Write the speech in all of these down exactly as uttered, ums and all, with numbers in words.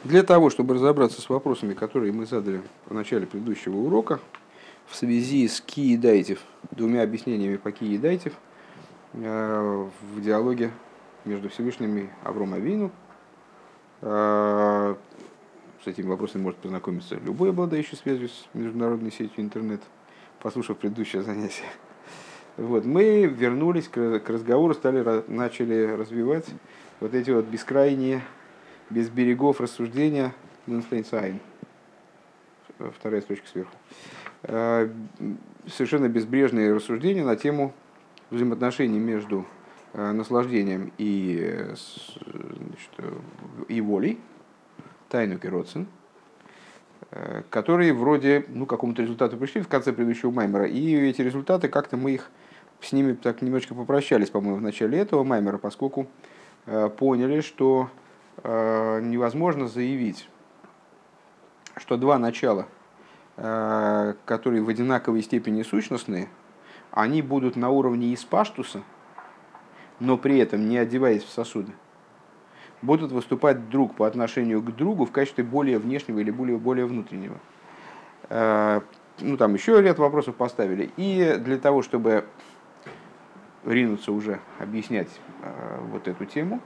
Для того, чтобы разобраться с вопросами, которые мы задали в начале предыдущего урока, в связи с Ки-Дайтев, двумя объяснениями по Ки-Дайтев в диалоге между Всевышним и Авром Авину, с этими вопросами может познакомиться любой обладающий связью с международной сетью интернет, послушав предыдущее занятие. Вот, мы вернулись к разговору, стали, начали развивать вот эти вот бескрайние, без берегов рассуждения на странице Айн. Вторая строчка сверху. Совершенно безбрежные рассуждения на тему взаимоотношений между наслаждением и, значит, и волей, тайну кироцин, которые вроде ну, к какому-то результату пришли в конце предыдущего маймера, и эти результаты, как-то мы их с ними так немножечко попрощались, по-моему, в начале этого маймера, поскольку поняли, что невозможно заявить, что два начала, которые в одинаковой степени сущностные, они будут на уровне испаштуса, но при этом не одеваясь в сосуды, будут выступать друг по отношению к другу в качестве более внешнего или более, более внутреннего. Ну, там еще ряд вопросов поставили. И для того, чтобы ринуться уже объяснять вот эту тему,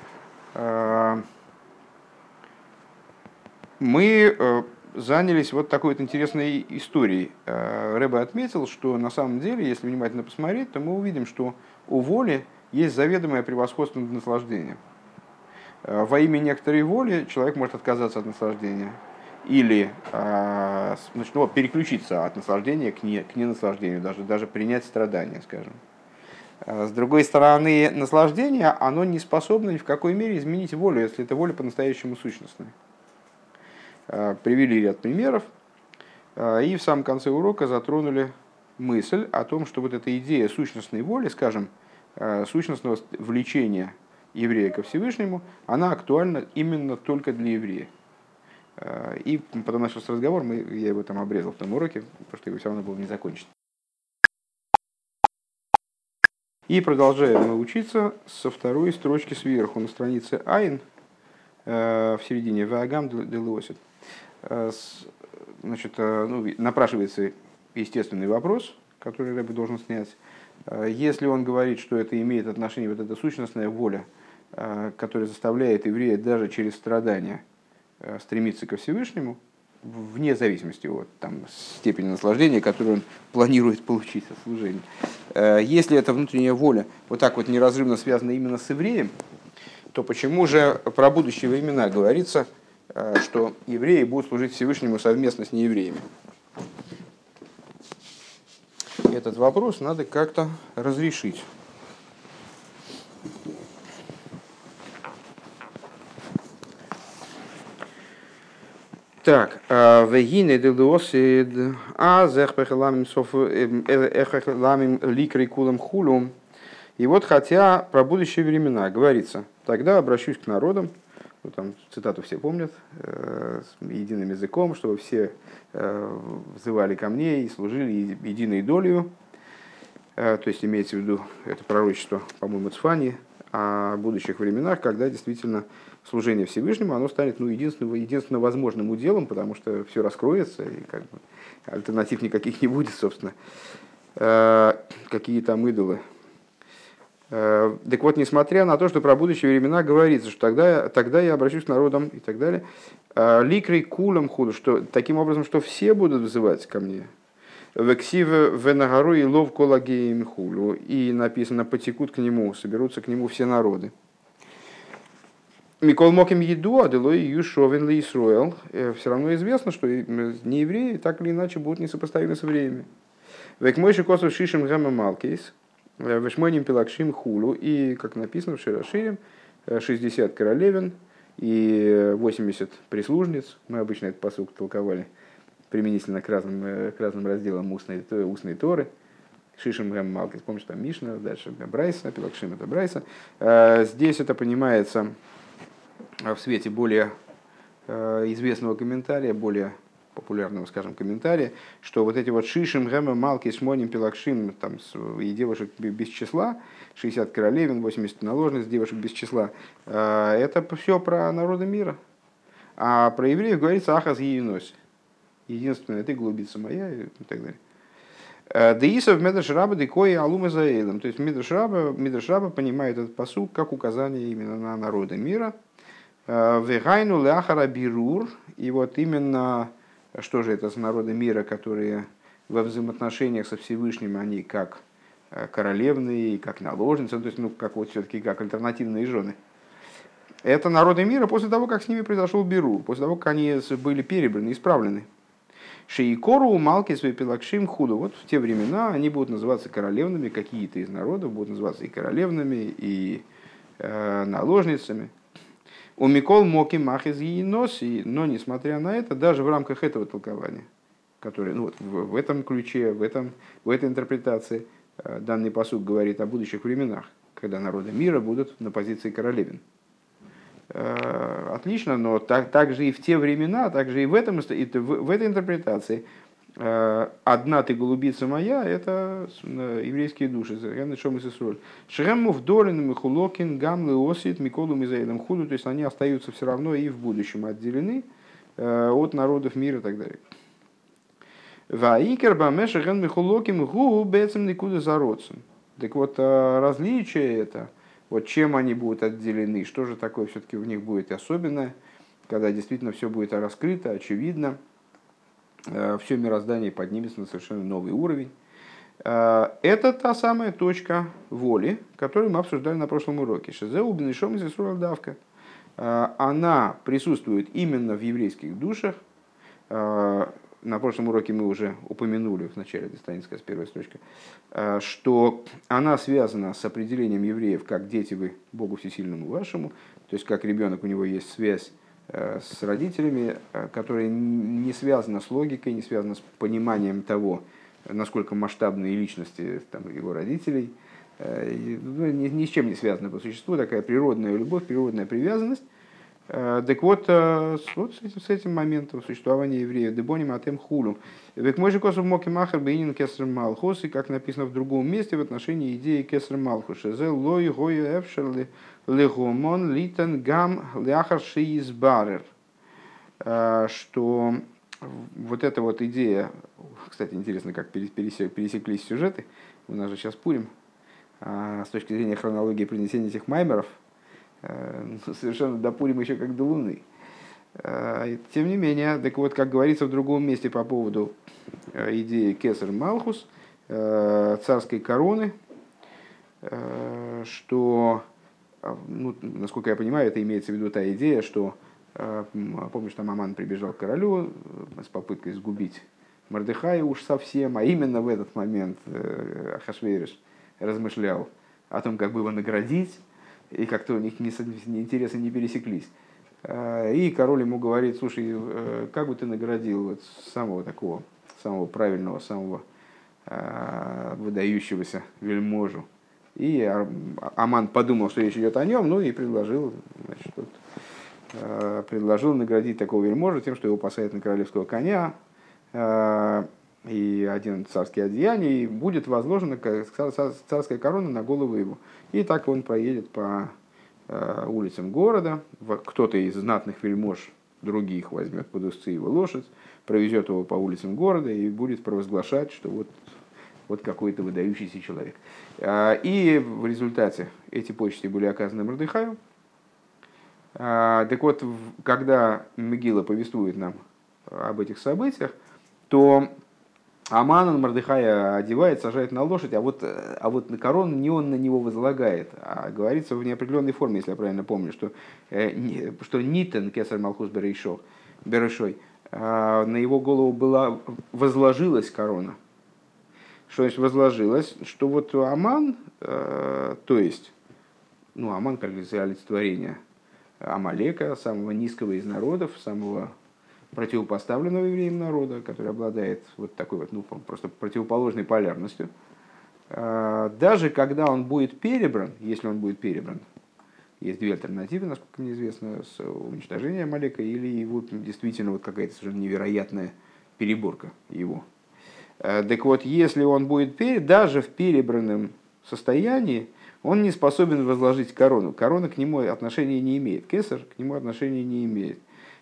мы занялись вот такой вот интересной историей. Рэбе отметил, что на самом деле, если внимательно посмотреть, то мы увидим, что у воли есть заведомое превосходство над наслаждением. Во имя некоторой воли человек может отказаться от наслаждения или значит, ну, переключиться от наслаждения к, не, к ненаслаждению, даже, даже принять страдания, скажем. С другой стороны, наслаждение, оно не способно ни в какой мере изменить волю, если эта воля по-настоящему сущностная. Привели ряд примеров, и в самом конце урока затронули мысль о том, что вот эта идея сущностной воли, скажем, сущностного влечения еврея ко Всевышнему, она актуальна именно только для еврея. И потом начался разговор, мы, я его там обрезал в том уроке, потому что его все равно было не закончить. И продолжаем мы учиться со второй строчки сверху на странице Айн, в середине Ваагам Делосит. Значит, ну, напрашивается естественный вопрос, который Рэбе должен снять. Если он говорит, что это имеет отношение, вот эта сущностная воля, которая заставляет еврея даже через страдания стремиться ко Всевышнему, вне зависимости от там, степени наслаждения, которую он планирует получить от служения. Если эта внутренняя воля вот так вот неразрывно связана именно с евреем, то почему же про будущие времена говорится, что евреи будут служить Всевышнему совместно с неевреями? Этот вопрос надо как-то разрешить. Так, вегины делосид, а зехпехеламим соф эхехеламим ликрей кулам хулум. И вот хотя про будущие времена говорится, тогда обращусь к народам, ну, там цитату все помнят, э, с единым языком, чтобы все э, взывали ко мне и служили единой долей. Э, то есть имеется в виду это пророчество, по-моему, Цфани, о будущих временах, когда действительно служение Всевышнему, оно станет ну, единственным, единственно возможным уделом, потому что все раскроется, и как бы, альтернатив никаких не будет, собственно. Э, какие там идолы. Так вот, несмотря на то, что про будущие времена говорится, что тогда, тогда я обращусь к народам и так далее, ликрей кулам худу, что таким образом, что все будут вызывать ко мне. Вексиве венагару и лов колагеем хулу. И написано, потекут к нему, соберутся к нему все народы. Микол моким еду, аделой юшовен ли Исруэл. Все равно известно, что неевреи так или иначе будут несопоставимы с евреями. Век мойши косов шишем гэма малкейс. Вешмоним пилакшим хулу, и, как написано в Широширим, шестьдесят королевин и восемьдесят прислужниц. Мы обычно этот пасук толковали применительно к разным, к разным разделам устной, устной Торы. Шишим гэм малкис, помнишь, там Мишна, дальше Брайса, пилакшим это Брайса. Здесь это понимается в свете более известного комментария, более популярного, скажем, комментария, что вот эти вот шишим, гэма, малки, шмоним, пилакшим, там, и девушек без числа, шестьдесят королевин, восемьдесят наложниц, девушек без числа, это все про народы мира. А про евреев говорится ахаз еинос. Единственная, ты голубица моя и так далее. Деисов медреш раба декои алума заэлем. То есть медреш раба, медреш раба понимает этот пасук как указание именно на народы мира. Вегайну ляхара бирур. И вот именно, что же это за народы мира, которые во взаимоотношениях со Всевышним, они как королевные, как наложницы, то есть, ну, как вот все-таки как альтернативные жены. Это народы мира после того, как с ними произошел бирур, после того, как они были перебраны, исправлены. Шейкору малки свой пилакшим худу. Вот в те времена они будут называться королевными, какие-то из народов будут называться и королевными, и э, наложницами. У Микол Моки Махиз Еноси, но несмотря на это, даже в рамках этого толкования, которое ну, вот, в, в этом ключе, в, этом, в этой интерпретации, э, данный пасук говорит о будущих временах, когда народы мира будут на позиции королевин. Э, отлично, но так, так же и в те времена, так же и в, этом, и в, в этой интерпретации «одна ты, голубица моя» — это еврейские души. Шрему вдолен михулокин гамлы осит миколу мизаилам худу, то есть они остаются все равно и в будущем отделены от народов мира и так далее. Ваикер бамеша ген михулоким гу бецем никуда зародцем. Так вот, различие это, вот чем они будут отделены, что же такое все-таки в них будет особенное, когда действительно все будет раскрыто, очевидно. Все мироздание поднимется на совершенно новый уровень. Это та самая точка воли, которую мы обсуждали на прошлом уроке. Шезеу бенешом из Исруэл давка. Она присутствует именно в еврейских душах. На прошлом уроке мы уже упомянули, в начале этой страницы, с первой строчки, что она связана с определением евреев как дети вы Богу Всесильному вашему, то есть как ребенок, у него есть связь с родителями, которая не связана с логикой, не связана с пониманием того, насколько масштабные личности там, его родителей, ни, ни с чем не связана по существу, такая природная любовь, природная привязанность. Так вот, вот с, этим, с этим моментом существования евреев, дебоним атем хулу. Век мой же косов моки махар бейнин кесар малхус, и как написано в другом месте в отношении идеи кесар малхус. Шезе лой гой эфшерли легомон литен гам ляхар шиизбарер. Что вот эта вот идея, кстати, интересно, как пересеклись сюжеты, у нас же сейчас Пурим, с точки зрения хронологии принесения этих маймеров, совершенно до Пурима еще как до Луны. Тем не менее, так вот, как говорится в другом месте по поводу идеи Кесар Малхус, царской короны, что, ну, насколько я понимаю, это имеется в виду та идея, что, помнишь, там Аман прибежал к королю с попыткой сгубить Мордехая уж совсем, а именно в этот момент Ахашвериш размышлял о том, как бы его наградить, и как-то у них интересы не пересеклись. И король ему говорит: слушай, как бы ты наградил вот самого такого, самого правильного, самого выдающегося вельможу. И Аман подумал, что речь идет о нем, ну и предложил, значит, вот, предложил наградить такого вельможу тем, что его посадят на королевского коня и один царские одеяния, и будет возложена царская корона на голову его. И так он проедет по улицам города, кто-то из знатных вельмож других возьмет под узцы его лошадь, провезет его по улицам города и будет провозглашать, что вот, вот какой-то выдающийся человек. И в результате эти почести были оказаны Мордехаю. Так вот, когда Мегила повествует нам об этих событиях, то Аман Мордехая одевает, сажает на лошадь, а вот, а вот на корону не он на него возлагает, а говорится в неопределенной форме, если я правильно помню, что, э, что Нитен Кесар Малхус Берешой, э, на его голову была, возложилась корона. Что значит возложилась? Что вот Аман, э, то есть, ну, Аман как олицетворение Амалека, самого низкого из народов, самого противопоставленного евреям народа, который обладает вот такой вот, ну, просто противоположной полярностью. Даже когда он будет перебран, если он будет перебран, есть две альтернативы, насколько мне известно, с уничтожением Амалека или его действительно вот какая-то совершенно невероятная переборка его. Так вот, если он будет перебран, даже в перебранном состоянии, он не способен возложить корону. Корона к нему отношения не имеет. Кесар к нему отношения не имеет.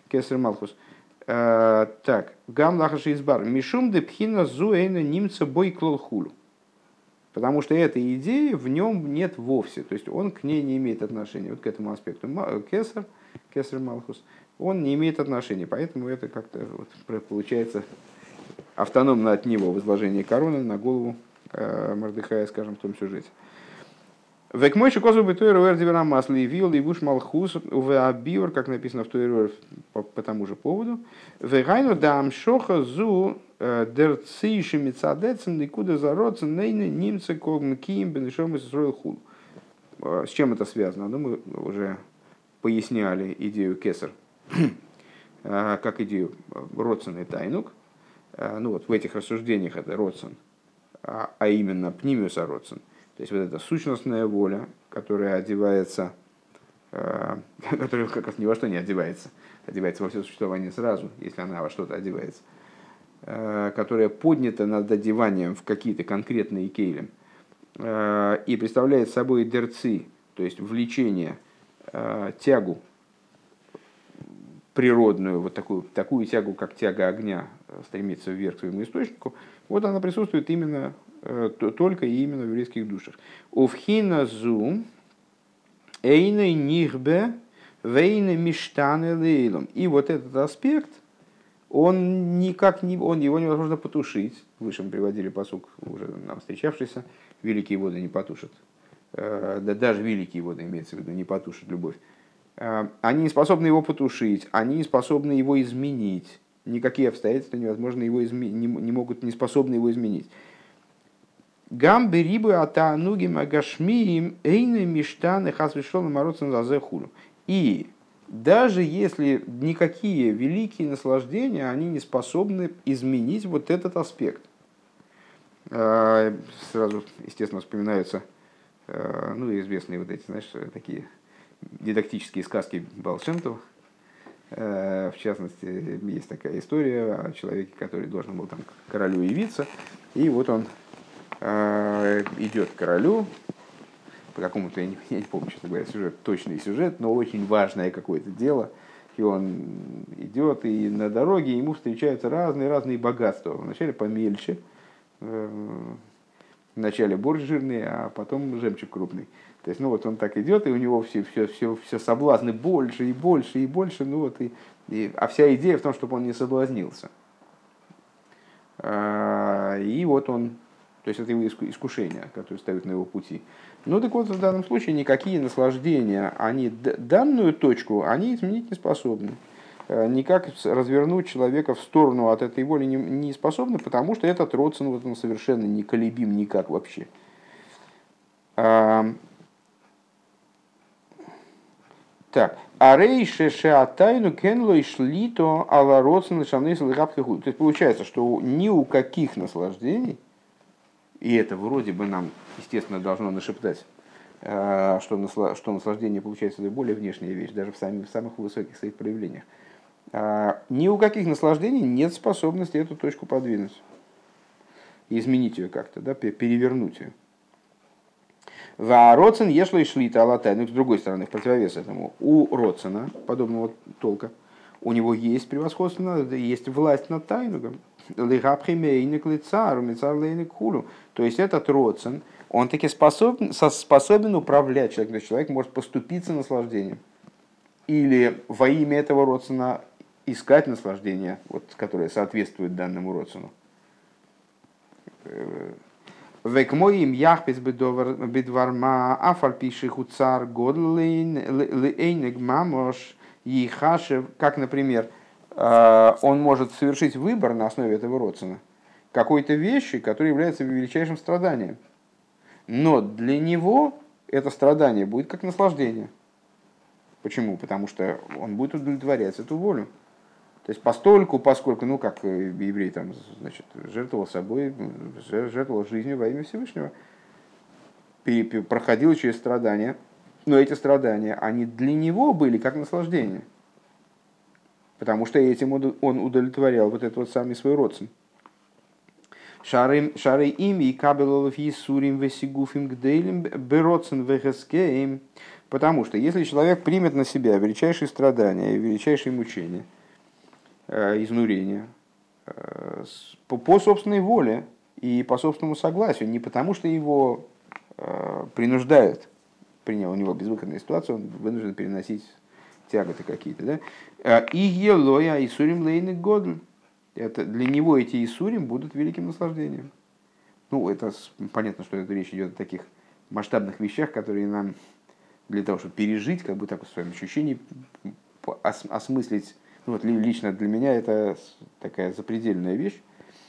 Кесар Малхус. Так, гам лахаши избар. Мишум де пхина зуэйна немца бой клолхулу. Потому что этой идеи в нем нет вовсе. То есть он к ней не имеет отношения. Вот к этому аспекту. Кесар, Кесар Малхус, он не имеет отношения. Поэтому это как-то вот получается автономно от него возложение короны на голову э, Мордехая, скажем, в том сюжете. Век мой шикозу бы той руэр дивера масли вил и буш малхус увеабивер, как написано в той руэр по, по тому же поводу. Вегайну дам шоха зу дерциши мецадецен никуда зародцен нейны немцы когмкиим бенешом из строил хул. С чем это связано? Ну, мы уже поясняли идею кесар как идею родцен и тайнук. Ну вот в этих рассуждениях это родцен, а, а именно пнимиус родцен. То есть вот эта сущностная воля, которая одевается, э, которая как раз ни во что не одевается, одевается во все существование сразу, если она во что-то одевается, э, которая поднята над одеванием в какие-то конкретные кейли э, и представляет собой дерцы, то есть влечение, э, тягу природную, вот такую, такую тягу, как тяга огня, стремится вверх к своему источнику, вот она присутствует именно только и именно в еврейских душах. Увхина зум эйны нихбе вейны миштаны лейлом. И вот этот аспект, он никак не, он, его невозможно потушить. Выше мы приводили пасук, уже нам встречавшийся, великие воды не потушат. Да даже великие воды, имеется в виду, не потушат любовь. Они не способны его потушить, они не способны его изменить. Никакие обстоятельства невозможно его изме... не, не могут, не способны его изменить. Гам берибы атанугим агашмиим эйны миштаны хасвишолом мороцен зазехулю. И даже если никакие великие наслаждения, они не способны изменить вот этот аспект. Сразу, естественно, вспоминаются, ну, известные вот эти, знаешь, такие дидактические сказки Баал Шем Тов. В частности, есть такая история о человеке, который должен был там к королю явиться, и вот он идет к королю по какому-то, я не, я не помню, честно говоря, сюжет, точный сюжет, но очень важное какое-то дело, и он идет, и на дороге ему встречаются разные-разные богатства, вначале помельче, вначале борщ жирный, а потом жемчуг крупный. То есть, ну вот он так идет, и у него все, все, все, все соблазны больше и больше и больше, ну вот и, и, а вся идея в том, чтобы он не соблазнился. И вот он, то есть это его искушение, которое ставит на его пути. Ну так вот, в данном случае никакие наслаждения, они данную точку, они изменить не способны. Никак развернуть человека в сторону от этой воли не, не способны, потому что этот родствен, вот он совершенно неколебим никак вообще. Так, арейше шеатайну кенлой шлито ала родствен шанейс лгапхиху. То есть получается, что ни у каких наслаждений, и это вроде бы нам, естественно, должно нашептать, что наслаждение, получается, это более внешняя вещь, даже в самых, в самых высоких своих проявлениях. Ни у каких наслаждений нет способности эту точку подвинуть, изменить ее как-то, да, перевернуть ее. Вароцен ешло и шлита алатай. Ну, с другой стороны, в противовес этому, у Роцена, подобного толка, у него есть превосходство, есть власть над тайнугом. То есть этот Роцен, он таки способен, способен управлять человеком. То есть человек может поступиться наслаждением. Или во имя этого Роцена искать наслаждение, вот, которое соответствует данному Роцену. Век моим яхпис бедварма афальпиши хуцар годлин лейнег мамош ехашев, как, например, он может совершить выбор на основе этого родствена какой-то вещи, которая является величайшим страданием. Но для него это страдание будет как наслаждение. Почему? Потому что он будет удовлетворять эту волю. То есть постольку, поскольку, ну как еврей там, значит, жертвовал собой, жертвовал жизнью во имя Всевышнего, проходил через страдания, но эти страдания, они для него были как наслаждение, потому что этим он удовлетворял вот этот вот самый свой родствен. Шары ими и кабелов есурим весигуфим гдейлем бероцен вехескеем. Потому что если человек примет на себя величайшие страдания и величайшие мучения, изнурения по, по собственной воле и по собственному согласию, не потому что его принуждают, принял у него безвыходная ситуация, он вынужден переносить тяготы какие-то. Да? И елоя исурим лейны годль. Это для него эти исурим будут великим наслаждением. Ну, это понятно, что это речь идет о таких масштабных вещах, которые нам для того, чтобы пережить, как бы так в своем ощущении осмыслить. Ну, вот лично для меня это такая запредельная вещь.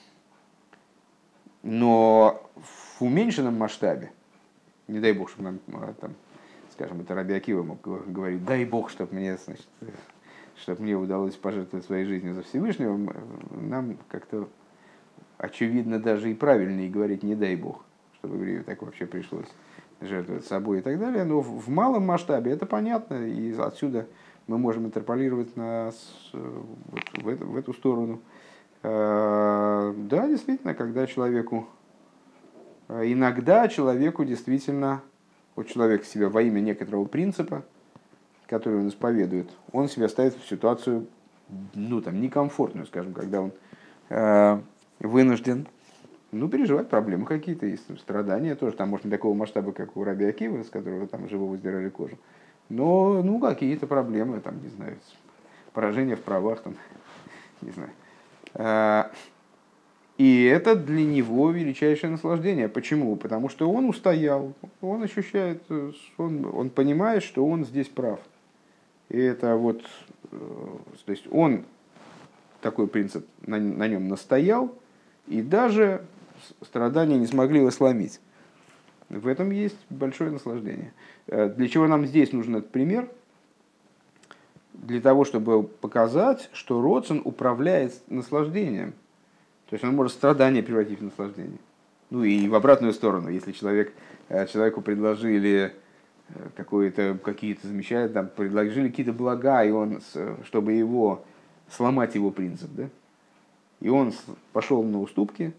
Но в уменьшенном масштабе, не дай бог, чтобы нам, там, скажем, это Раби Акива мог говорить, дай бог, чтобы мне, значит, чтобы мне удалось пожертвовать своей жизнью за Всевышнего, нам как-то очевидно даже и правильнее говорить не дай бог, чтобы еврею так вообще пришлось жертвовать собой и так далее. Но в малом масштабе это понятно, и отсюда мы можем интерполировать нас вот в, эту, в эту сторону. Да, действительно, когда человеку, иногда человеку действительно, вот человек себя во имя некоторого принципа, который он исповедует, он себя ставит в ситуацию, ну, там, некомфортную, скажем, когда он э, вынужден, ну, переживать проблемы какие-то, есть там, страдания тоже, там, может, не такого масштаба, как у Раби Акивы, с которого там живого сдирали кожу, но, ну, какие-то проблемы, там, не знаю, поражение в правах, там, не знаю. Э, и это для него величайшее наслаждение. Почему? Потому что он устоял, он ощущает, он, он понимает, что он здесь прав. И это вот, то есть он такой принцип на, на нем настоял, и даже страдания не смогли его сломить. В этом есть большое наслаждение. Для чего нам здесь нужен этот пример? Для того, чтобы показать, что Роцен управляет наслаждением. То есть он может страдание превратить в наслаждение. Ну и в обратную сторону, если человек, человеку предложили какое-то, какие-то замечания, там, предложили какие-то блага, и он, чтобы его сломать его принцип, да, и он пошел на уступки,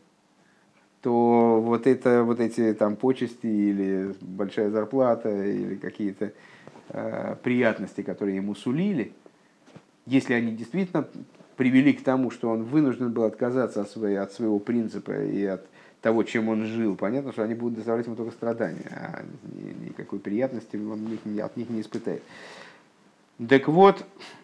то вот, это, вот эти там почести или большая зарплата или какие-то э, приятности, которые ему сулили, если они действительно привели к тому, что он вынужден был отказаться от, своей, от своего принципа и от того, чем он жил, понятно, что они будут доставлять ему только страдания, а никакой приятности он от них не испытает. Так вот,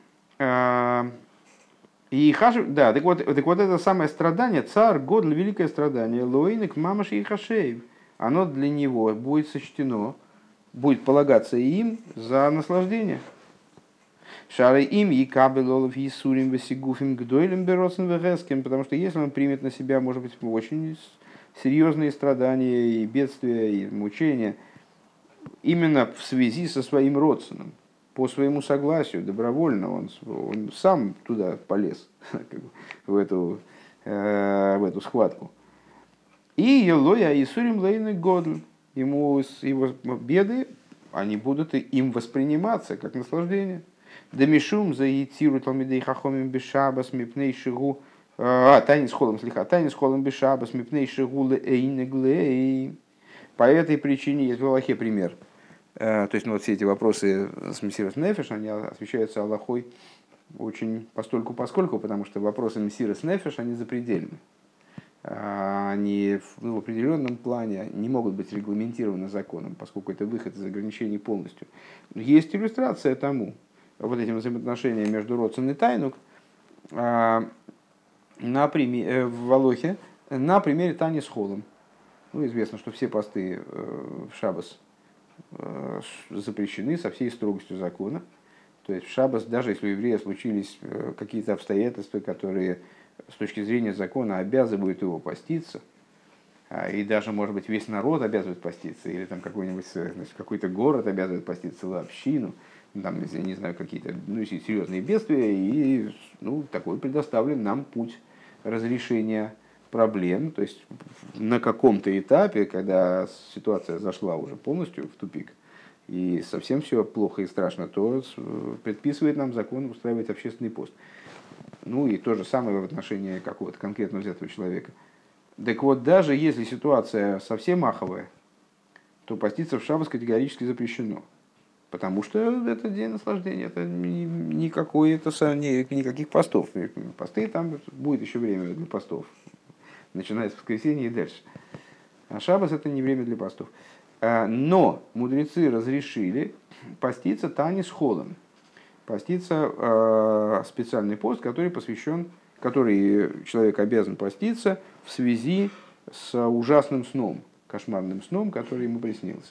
э, и хаш, да, так вот, так вот это самое страдание, царь, годль, великое страдание, лоинек, мамаши и хашеев, оно для него будет сочтено, будет полагаться им за наслаждение. Шары им и кабелолов и сурим весигуфим гдойлем беросен вегеским, потому что если он примет на себя, может быть, очень серьезные страдания и бедствия и мучения именно в связи со своим родственным, по своему согласию, добровольно, он, он сам туда полез, в эту, э, в эту схватку. И елоя и сурим лейны годль, ему его беды, они будут им восприниматься как наслаждение. Демишум заитиру талмидей хахомим бешабас мипней шигу. А, тайни с холом слиха. Тайни с холом бешабас мипней шигу лейнеглей. По этой причине есть в Аллахе пример. То есть, ну, вот все эти вопросы с Мессирос Нефеш, они освещаются Аллахой очень постольку поскольку, потому что вопросы Мессирос Нефеш, они запредельны. Они ну, в определенном плане не могут быть регламентированы законом, поскольку это выход из ограничений полностью. Есть иллюстрация тому, вот этим взаимоотношениям между Роцен и Тайнук на примере, в Алохе на примере Тани с Холом. Ну, известно, что все посты в Шаббас запрещены со всей строгостью закона. То есть в Шаббас, даже если у еврея случились какие-то обстоятельства, которые с точки зрения закона обязывают его поститься, и даже, может быть, весь народ обязывает поститься, или там какой-нибудь, значит, какой-то город обязывает поститься, целую общину, там, я не знаю, какие-то ну, серьезные бедствия, и ну, такой предоставлен нам путь разрешения проблем. То есть на каком-то этапе, когда ситуация зашла уже полностью в тупик, и совсем все плохо и страшно, то предписывает нам закон устраивать общественный пост. Ну и то же самое в отношении какого-то конкретно взятого человека. Так вот, даже если ситуация совсем аховая, то поститься в шаббас категорически запрещено. Потому что это день наслаждения, это никакой, это никаких постов. Посты там будет еще время для постов. Начинается с воскресенья и дальше. А шаббас это не время для постов. Но мудрецы разрешили поститься танис холом. Поститься специальный пост, который посвящен, который человек обязан поститься в связи с ужасным сном, кошмарным сном, который ему приснился.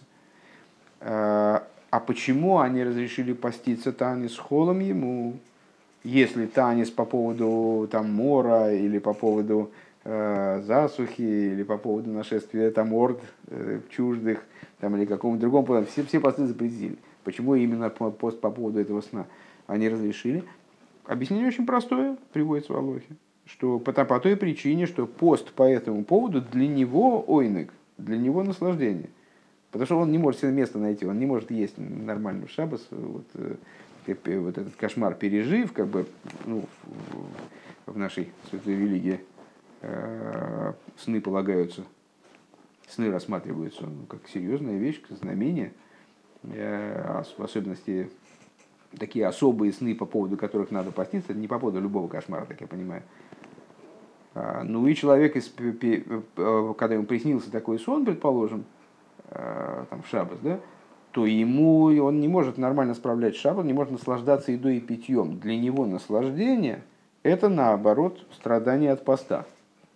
А почему они разрешили поститься танис холом ему, если танис по поводу там, мора или по поводу э, засухи или по поводу нашествия там, орд э, чуждых там, или какому-то другому поводу, все, все посты запретили. Почему именно пост по поводу этого сна они разрешили? Объяснение очень простое, приводится в Алохе, что по, по той причине, что пост по этому поводу для него ойнек, для него наслаждение. Потому что он не может себе место найти, он не может есть нормальный шаббас. Вот, вот этот кошмар пережив, как бы, ну, в нашей святой религии э, сны полагаются, сны рассматриваются ну, как серьезная вещь, как знамение. Э, в особенности такие особые сны, по поводу которых надо поститься, это не по поводу любого кошмара, так я понимаю. А, ну и человек, когда ему приснился такой сон, предположим, там, в шаббас, да, то ему он не может нормально справлять шаббас, не может наслаждаться едой и питьем. Для него наслаждение – это, наоборот, страдание от поста.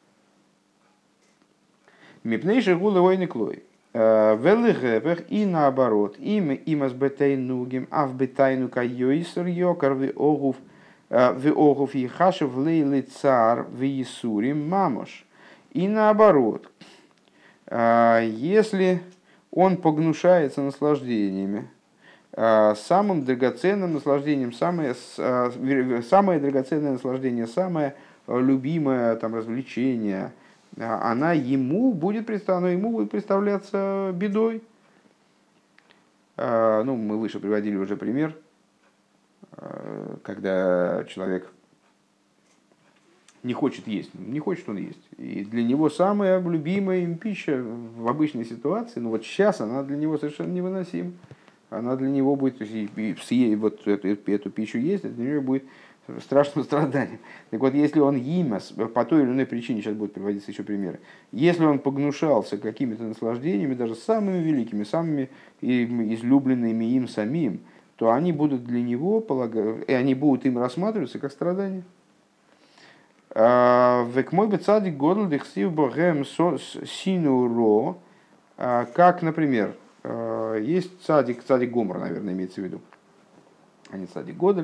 Мипнейший гулы войны клой. Велыгэбэх и наоборот. Им имас бетайнугим, а в бетайну кайойсер йокар ви огув ви огув и хашев лейли цар ви исурим мамош. И наоборот. Если он погнушается наслаждениями, самым драгоценным наслаждением, самое, самое драгоценное наслаждение, самое любимое там, развлечение, она ему будет, представ... ему будет представляться бедой. Ну, мы выше приводили уже пример, когда человек не хочет есть, не хочет он есть. И для него самая любимая им пища в обычной ситуации, ну вот сейчас она для него совершенно невыносима. Она для него будет, то есть, съесть вот эту, эту пищу есть, это для него будет страшным страданием. Так вот, если он имас, по той или иной причине, сейчас будут приводиться еще примеры, если он погнушался какими-то наслаждениями, даже самыми великими, самыми излюбленными им самим, то они будут для него, и они будут им рассматриваться как страдания. Век мой бы цадик годл дехсив богем синуро, как, например, есть цадик, цадик Гомор, наверное, имеется в виду, а не цадик Годель.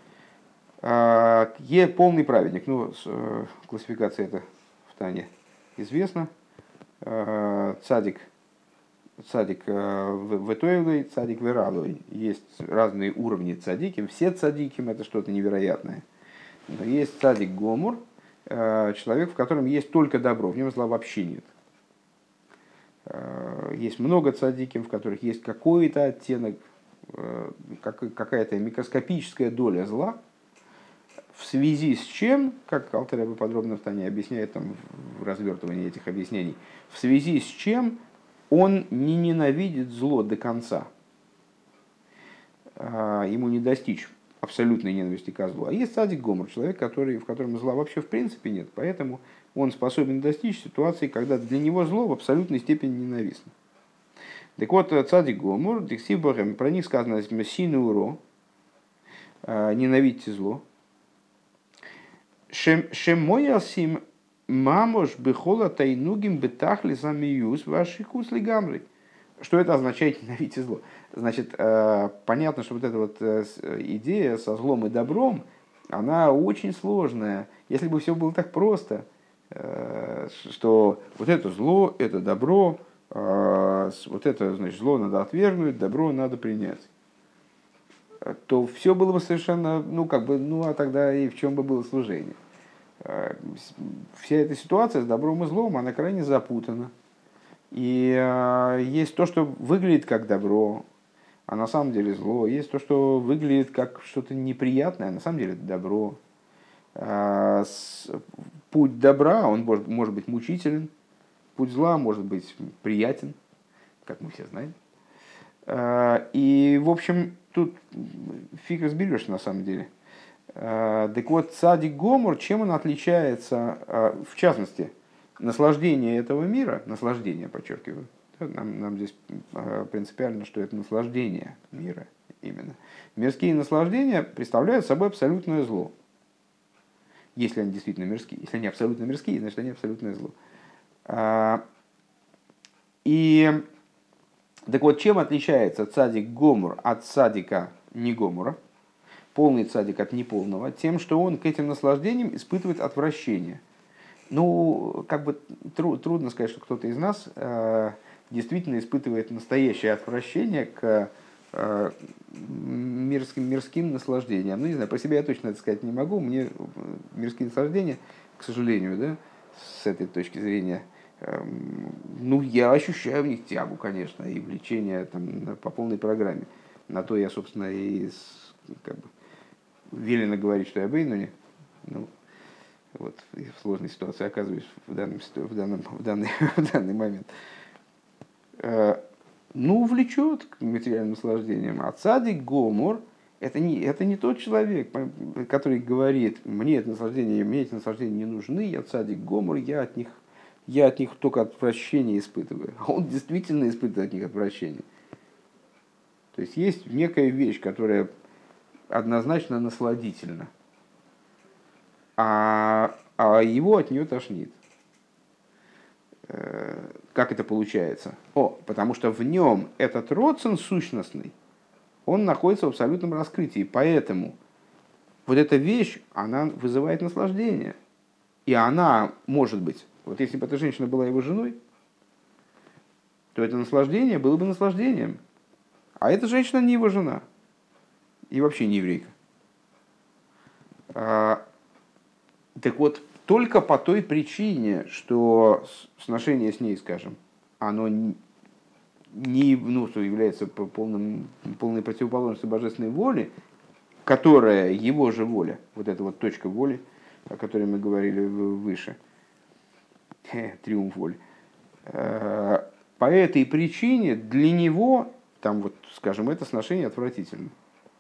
Е полный праведник, ну, классификация это в Тане известна. Цадик, цадик ветойлой, цадик вералой. Есть разные уровни цадиким. Все цадиким это что-то невероятное. Но есть цадик Гомор, человек, в котором есть только добро, в нем зла вообще нет. Есть много цадиким, в которых есть какой-то оттенок, какая-то микроскопическая доля зла, в связи с чем, как Алтер Ребе подробно в Тане объясняет там, в развертывании этих объяснений, в связи с чем он не ненавидит зло до конца. Ему не достичь абсолютной ненависти ко злу. А есть цадик Гомор, человек, который, в котором зла вообще в принципе нет, поэтому он способен достичь ситуации, когда для него зло в абсолютной степени ненавистно. Так вот, цадик Гомор, дексив богем, про них сказано «сину уро», ненавидьте зло. Шемоясим мамош бихола тайнугим бетахли замиюс ваши кусли гамры. Что это означает ненавидьте зло? Значит, понятно, что вот эта вот идея со злом и добром, она очень сложная. Если бы все было так просто, что вот это зло, это добро, вот это, значит, зло надо отвергнуть, добро надо принять, то все было бы совершенно, ну, как бы, ну, а тогда и в чем бы было служение? Вся эта ситуация с добром и злом, она крайне запутана. И э, есть то, что выглядит как добро, а на самом деле зло. Есть то, что выглядит как что-то неприятное, а на самом деле это добро. Э, с, путь добра, он может, может быть мучителен, путь зла может быть приятен, как мы все знаем. И, в общем, тут фиг разберешь на самом деле. Так вот, цадик гомор, чем он отличается, в частности, наслаждение этого мира, наслаждение, подчеркиваю, нам, нам здесь принципиально, что это наслаждение мира именно. Мирские наслаждения представляют собой абсолютное зло. Если они действительно мирские. Если они абсолютно мирские, значит они абсолютное зло. И так вот, чем отличается цадик гомор от цадика не гомора, полный цадик от неполного? Тем, что он к этим наслаждениям испытывает отвращение. Ну, как бы тру- трудно сказать, что кто-то из нас э, действительно испытывает настоящее отвращение к э, мирским, мирским наслаждениям. Ну, не знаю, про себя я точно это сказать не могу. Мне мирские наслаждения, к сожалению, да, с этой точки зрения, э, ну, я ощущаю в них тягу, конечно, и влечение там, по полной программе. На то я, собственно, и с, как бы, велено говорить, что я бейнуни. Ну, вот, и в сложной ситуации оказываюсь в, данном, в, данном, в, данный, в данный момент. Ну, влечет к материальным наслаждениям. А цадик гомор это не, это не тот человек, который говорит, мне это наслаждение, мне эти наслаждения не нужны, я цадик гомор, я от них, я от них только отвращение испытываю. А он действительно испытывает от них отвращение. То есть есть некая вещь, которая однозначно насладительна, а, а его от нее тошнит. Как это получается? О, потому что в нем этот родствен сущностный, он находится в абсолютном раскрытии. Поэтому вот эта вещь, она вызывает наслаждение. И она может быть, вот если бы эта женщина была его женой, то это наслаждение было бы наслаждением. А эта женщина не его жена. И вообще не еврейка. А, так вот, только по той причине, что сношение с ней, скажем, оно не, ну, что является полным, полной противоположностью божественной воли, которая его же воля, вот эта вот точка воли, о которой мы говорили выше, триумф воли. По этой причине для него, там вот, скажем, это сношение отвратительно.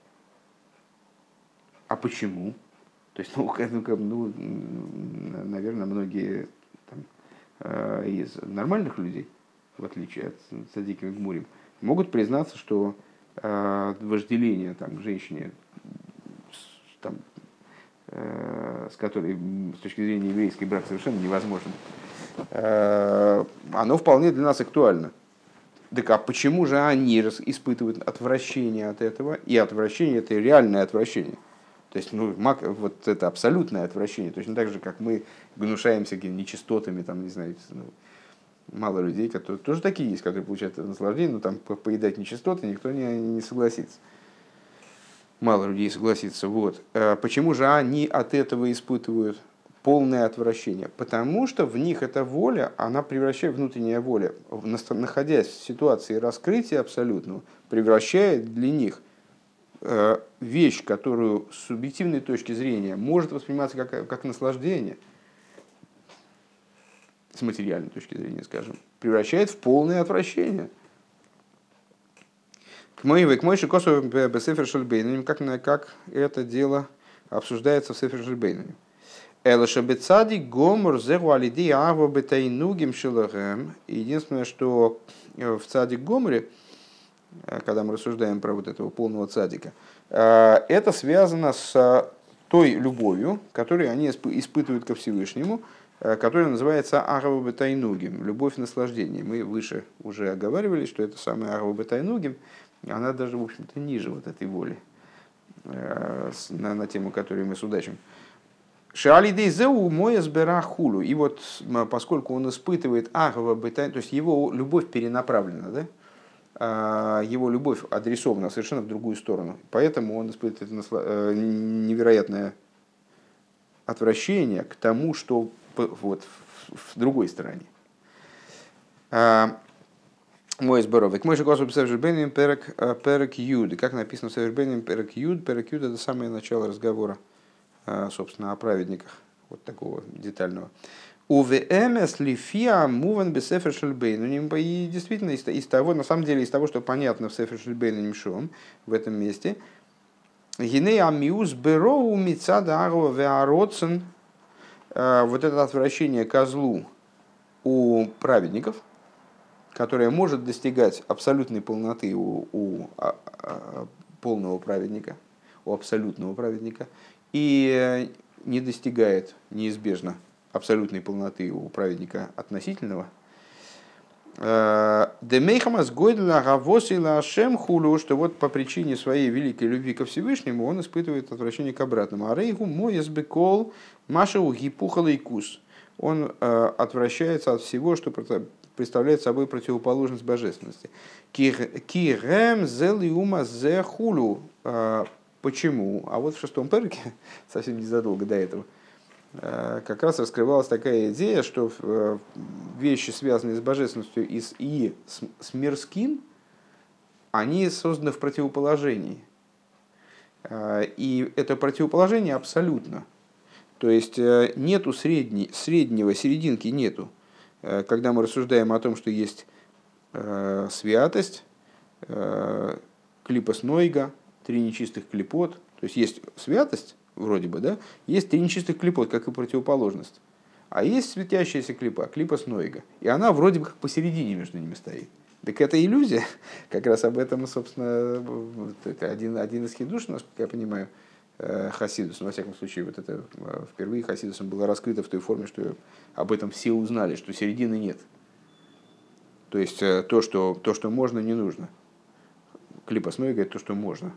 А почему? То есть, ну, ну наверное, многие там, из нормальных людей, в отличие от цадики и гмурим, могут признаться, что э, вожделение там, к женщине, там, э, с которой с точки зрения еврейский брак совершенно невозможен, э, оно вполне для нас актуально. Так а почему же они испытывают отвращение от этого? И отвращение – это реальное отвращение. То есть, ну, вот это абсолютное отвращение. Точно так же, как мы гнушаемся какими-то нечистотами, там, не знаю, ну, мало людей, которые тоже такие есть, которые получают это наслаждение, но там поедать нечистоты никто не, не согласится. Мало людей согласится. Вот. Почему же они от этого испытывают полное отвращение? Потому что в них эта воля, она превращает, внутренняя воля, находясь в ситуации раскрытия абсолютного, превращает для них вещь, которую с субъективной точки зрения может восприниматься как, как наслаждение, с материальной точки зрения, скажем, превращает в полное отвращение. К моему к моему косу бесефер шельбейним, как как это дело обсуждается в сефер шельбейним. Элашабецади гомор зеру алиди аво бетайнугим шелахем. Единственное, что в цадик гоморе, когда мы рассуждаем про вот этого полного цадика, это связано с той любовью, которую они испытывают ко Всевышнему, которая называется агава бетайнугим, любовь наслаждения. Мы выше уже оговаривали, что это самое агава бетайнугим, она даже, в общем-то, ниже вот этой воли, на, на тему, которую мы судачим. Шаалидейзеу моя сбера хулу. И вот поскольку он испытывает агава бетайнугим, то есть его любовь перенаправлена, да? Его любовь адресована совершенно в другую сторону. Поэтому он испытывает невероятное отвращение к тому, что вот в другой стороне. Мой сборовик. Мой же косу Север перек перек юд. Как написано в Север перек юд. Перек юд — это самое начало разговора, собственно, о праведниках. Вот такого детального. УВМС лифиа муван бесефер шельбейн. И действительно, из, из того, на самом деле, из того, что понятно в сефер шельбейн нимшом, в этом месте, гиней амиус бероу мицада агва веароцен, вот это отвращение ко злу у праведников, которое может достигать абсолютной полноты у, у а, а, полного праведника, у абсолютного праведника, и не достигает неизбежно абсолютной полноты у праведника относительного. Демейхамас гойдла гавосила ашем хулу, что вот по причине своей великой любви ко Всевышнему он испытывает отвращение к обратному. Арейгу моесбекол машау гипухалейкус. Он отвращается от всего, что представляет собой противоположность божественности. Кирем зелиума зе хулу. Почему? А вот в шестом перке, совсем незадолго до этого, как раз раскрывалась такая идея, что вещи, связанные с божественностью и с, и с мирским, они созданы в противоположении. И это противоположение абсолютно. То есть нету средней, среднего, серединки нету. Когда мы рассуждаем о том, что есть святость, клипос нойга, три нечистых клипот, то есть есть святость, вроде бы, да, есть три нечистых клипот, как и противоположность. А есть светящаяся клипа, клипос нойга. И она вроде бы как посередине между ними стоит. Так это иллюзия. Как раз об этом, собственно, это один, один из хидуш, насколько я понимаю, Хасидус. Во всяком случае, вот это впервые Хасидусом было раскрыто в той форме, что об этом все узнали, что середины нет. То есть то, что, то, что можно, не нужно. Клипос нойга — это то, что можно.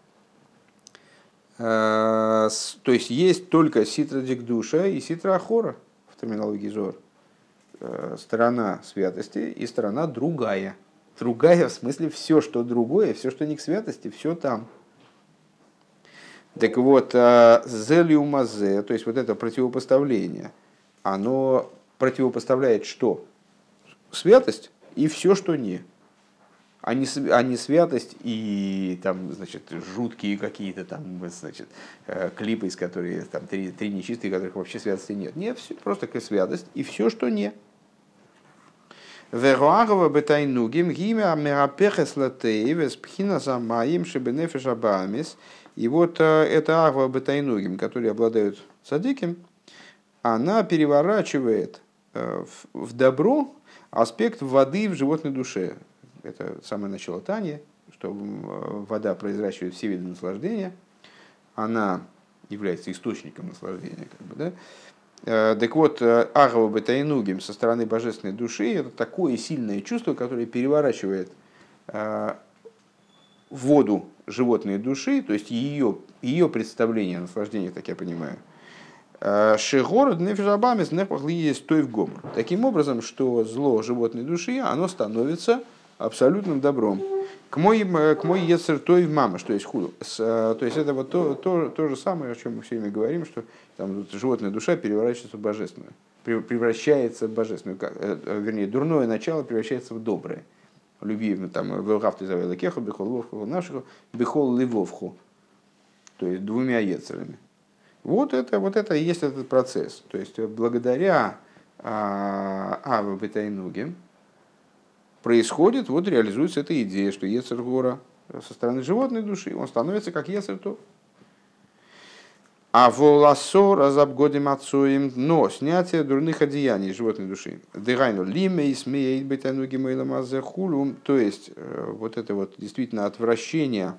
То есть есть только ситра дикдуша и ситра ахора в терминологии Зоар. Сторона святости и сторона другая. Другая в смысле все, что другое, все, что не к святости, все там. Так вот, зелиумазе, то есть вот это противопоставление, оно противопоставляет что? Святость и все, что не. А не, а не святость и там, значит, жуткие какие-то там, значит, клипы, из которых там три, три нечистые, которых вообще святости нет. Нет, все, просто как святость и все, что не. Веруагова бетайнугим гимя мерапехес латеевес пхина замаим шебенефеш абамис. И вот эта агва бетайнугим, которые обладают цадиким, она переворачивает в добро аспект воды в животной душе. Это самое начало Тани, что вода произращивает все виды наслаждения, она является источником наслаждения. Как бы, да? Так вот, агава бетайнугим со стороны божественной души — это такое сильное чувство, которое переворачивает воду животной души, то есть ее, ее представление о наслаждении, так я понимаю. Шегород нефижабамис нефахли есть той в гомор. Таким образом, что зло животной души, оно становится абсолютным добром. К мой, к мой ецер той в мама, что есть худу. То есть это вот то, то, то же самое, о чем мы все время говорим, что там, животная душа переворачивается в божественную, превращается в божественную, вернее, дурное начало превращается в доброе. Люби там велгавты завела кеху, бихол ловху нашего, бихол ливовху, то есть двумя ецерами. Вот это, вот это и есть этот процесс. То есть благодаря Аве Бетайнуге происходит, вот реализуется эта идея, что Ецер Гора со стороны животной души, он становится как Ецер То. А волосо разобгодим отцоем, но снятие дурных одеяний животной души. Дырайну лиме и смеет Бетайнуге мейламазе хулум. То есть вот это вот действительно отвращение.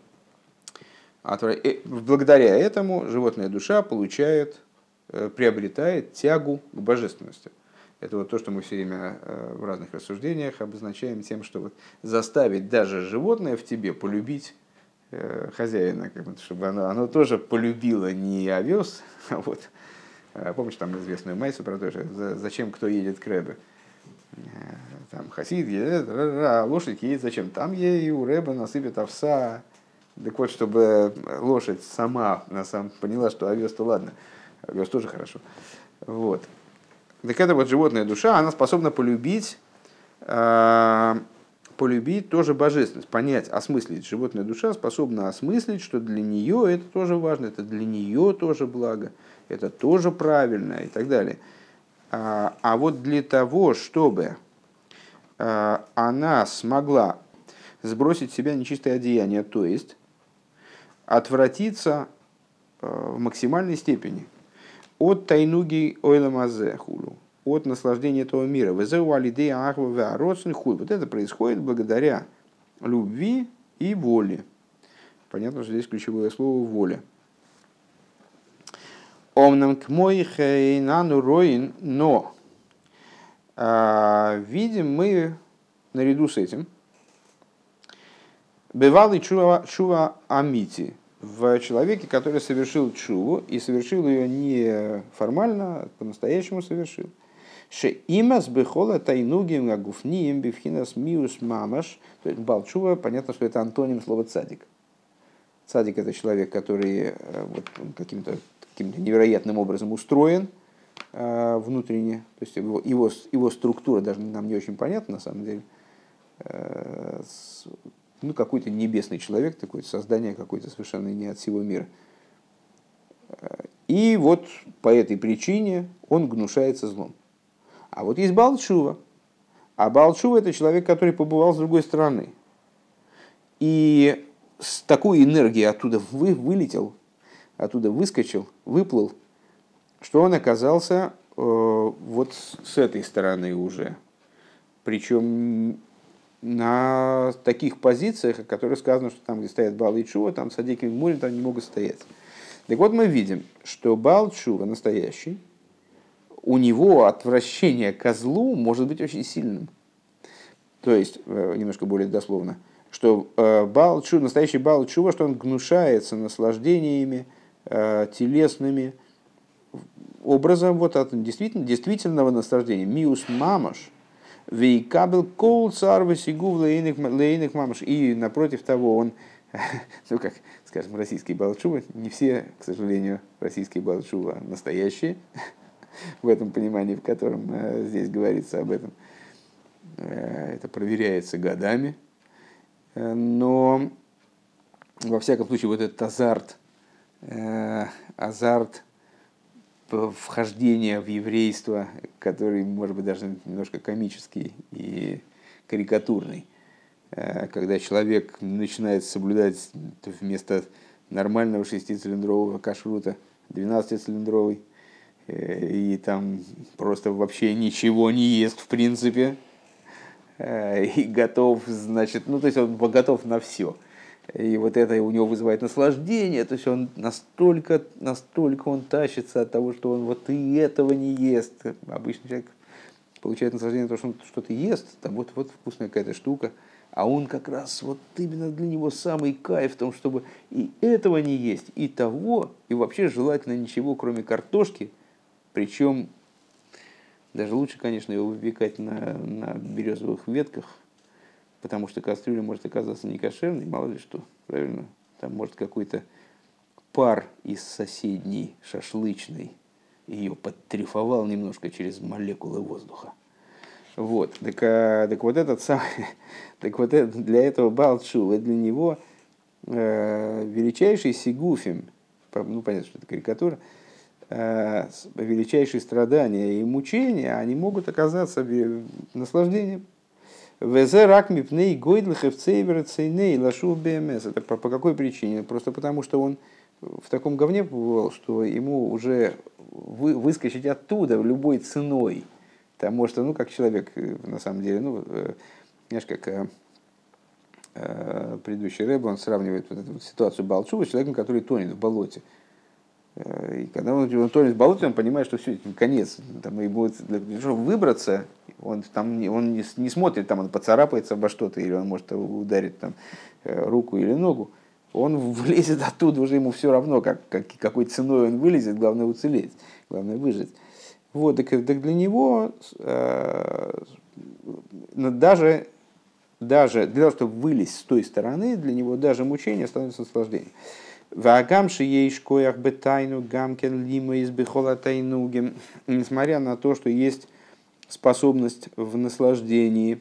Благодаря этому животная душа получает, приобретает тягу к божественности. Это вот то, что мы все время в разных рассуждениях обозначаем тем, что вот заставить даже животное в тебе полюбить хозяина, чтобы оно, оно тоже полюбило не овес. А вот, помнишь там известную майсу про то, что зачем кто едет к Ребе? Там хасид едет, а лошадь едет зачем? Там ей у Ребе насыпят овса. Так вот, чтобы лошадь сама на самом поняла, что овес-то ладно, овес тоже хорошо. Вот. Так это вот животная душа, она способна полюбить, э, полюбить тоже божественность, понять, осмыслить. Животная душа способна осмыслить, что для нее это тоже важно, это для нее тоже благо, это тоже правильно и так далее. А, а вот для того, чтобы а, она смогла сбросить с себя нечистое одеяние, то есть отвратиться а, в максимальной степени от тайнуги ойламазе хулу, от наслаждения этого мира. Везеу алидея ахва веаросн хулу. Вот это происходит благодаря любви и воле. Понятно, что здесь ключевое слово воля. Омнам к мой хейнану роин, но а, видим мы наряду с этим бывалый чува, чува амити в человеке, который совершил чуву и совершил ее не формально, а по-настоящему совершил. Ше имас бехола тайнугим гуфнием бифхинас миус мамаш. То есть бал чува, понятно, что это антоним слова цадик. Цадик — это человек, который вот, каким-то, каким-то невероятным образом устроен э, внутренне. То есть его, его, его структура даже нам не очень понятна, на самом деле. Э, с, ну, какой-то небесный человек, такое создание какое-то совершенно не от всего мира. И вот по этой причине он гнушается злом. А вот есть Баал Тшува. А Баал Тшува — это человек, который побывал с другой стороны. И с такой энергией оттуда вы, вылетел, оттуда выскочил, выплыл, что он оказался э, вот с этой стороны уже. Причем на таких позициях, о которых сказано, что там, где стоят Баал и Тшува, там садики в море, там не могут стоять. Так вот, мы видим, что Баал Тшува настоящий, у него отвращение ко злу может быть очень сильным. То есть, немножко более дословно, что Баал Тшува, настоящий Баал Тшува, что он гнушается наслаждениями телесными, образом вот от действительно, действительного наслаждения. Миус мамаш, вейкабел кол царвы сигув лейных мамаш. И напротив того, он, ну как, скажем, российский Баал Тшува, не все, к сожалению, российские Баал Тшува настоящие, в этом понимании, в котором э, здесь говорится об этом. Э, это проверяется годами. Э, но, во всяком случае, вот этот азарт, э, азарт вхождения в еврейство, который, может быть, даже немножко комический и карикатурный, э, когда человек начинает соблюдать вместо нормального шестицилиндрового кашрута двенадцатицилиндровый, и там просто вообще ничего не ест в принципе, и готов, значит, ну то есть он готов на все. И вот это у него вызывает наслаждение, то есть он настолько, настолько он тащится от того, что он вот и этого не ест. Обычный человек получает наслаждение от того, что он что-то ест, там вот, вот вкусная какая-то штука, а он как раз вот именно для него самый кайф в том, чтобы и этого не есть, и того, и вообще желательно ничего, кроме картошки. Причем даже лучше, конечно, его выпекать на, на березовых ветках, потому что кастрюля может оказаться некошерной, мало ли что, правильно? Там может какой-то пар из соседней шашлычной ее подтрифовал немножко через молекулы воздуха. Вот, так, а, так вот этот самый, так вот это, для этого Баал Тшува, для него э, величайший сигуфим, ну понятно, что это карикатура, величайшие страдания и мучения, они могут оказаться наслаждением. Это по, по какой причине? Просто потому, что он в таком говне побывал, что ему уже вы, выскочить оттуда любой ценой. Потому что, ну, как человек, на самом деле, ну, знаешь, как э, предыдущий рэб, он сравнивает вот эту вот ситуацию Баал Тшува с человеком, который тонет в болоте. И когда он, он тонет в болоте, он понимает, что все, конец. Там, и будет, для того, чтобы выбраться, он, там, он не, не смотрит, там он поцарапается обо что-то, или он может ударить там, руку или ногу. Он вылезет оттуда, уже ему все равно, как, как, какой ценой он вылезет, главное уцелеть, главное выжить. Вот, так, так для него э, даже, даже для того, чтобы вылезть с той стороны, для него даже мучение становится наслаждением. Несмотря на то, что есть способность в наслаждении,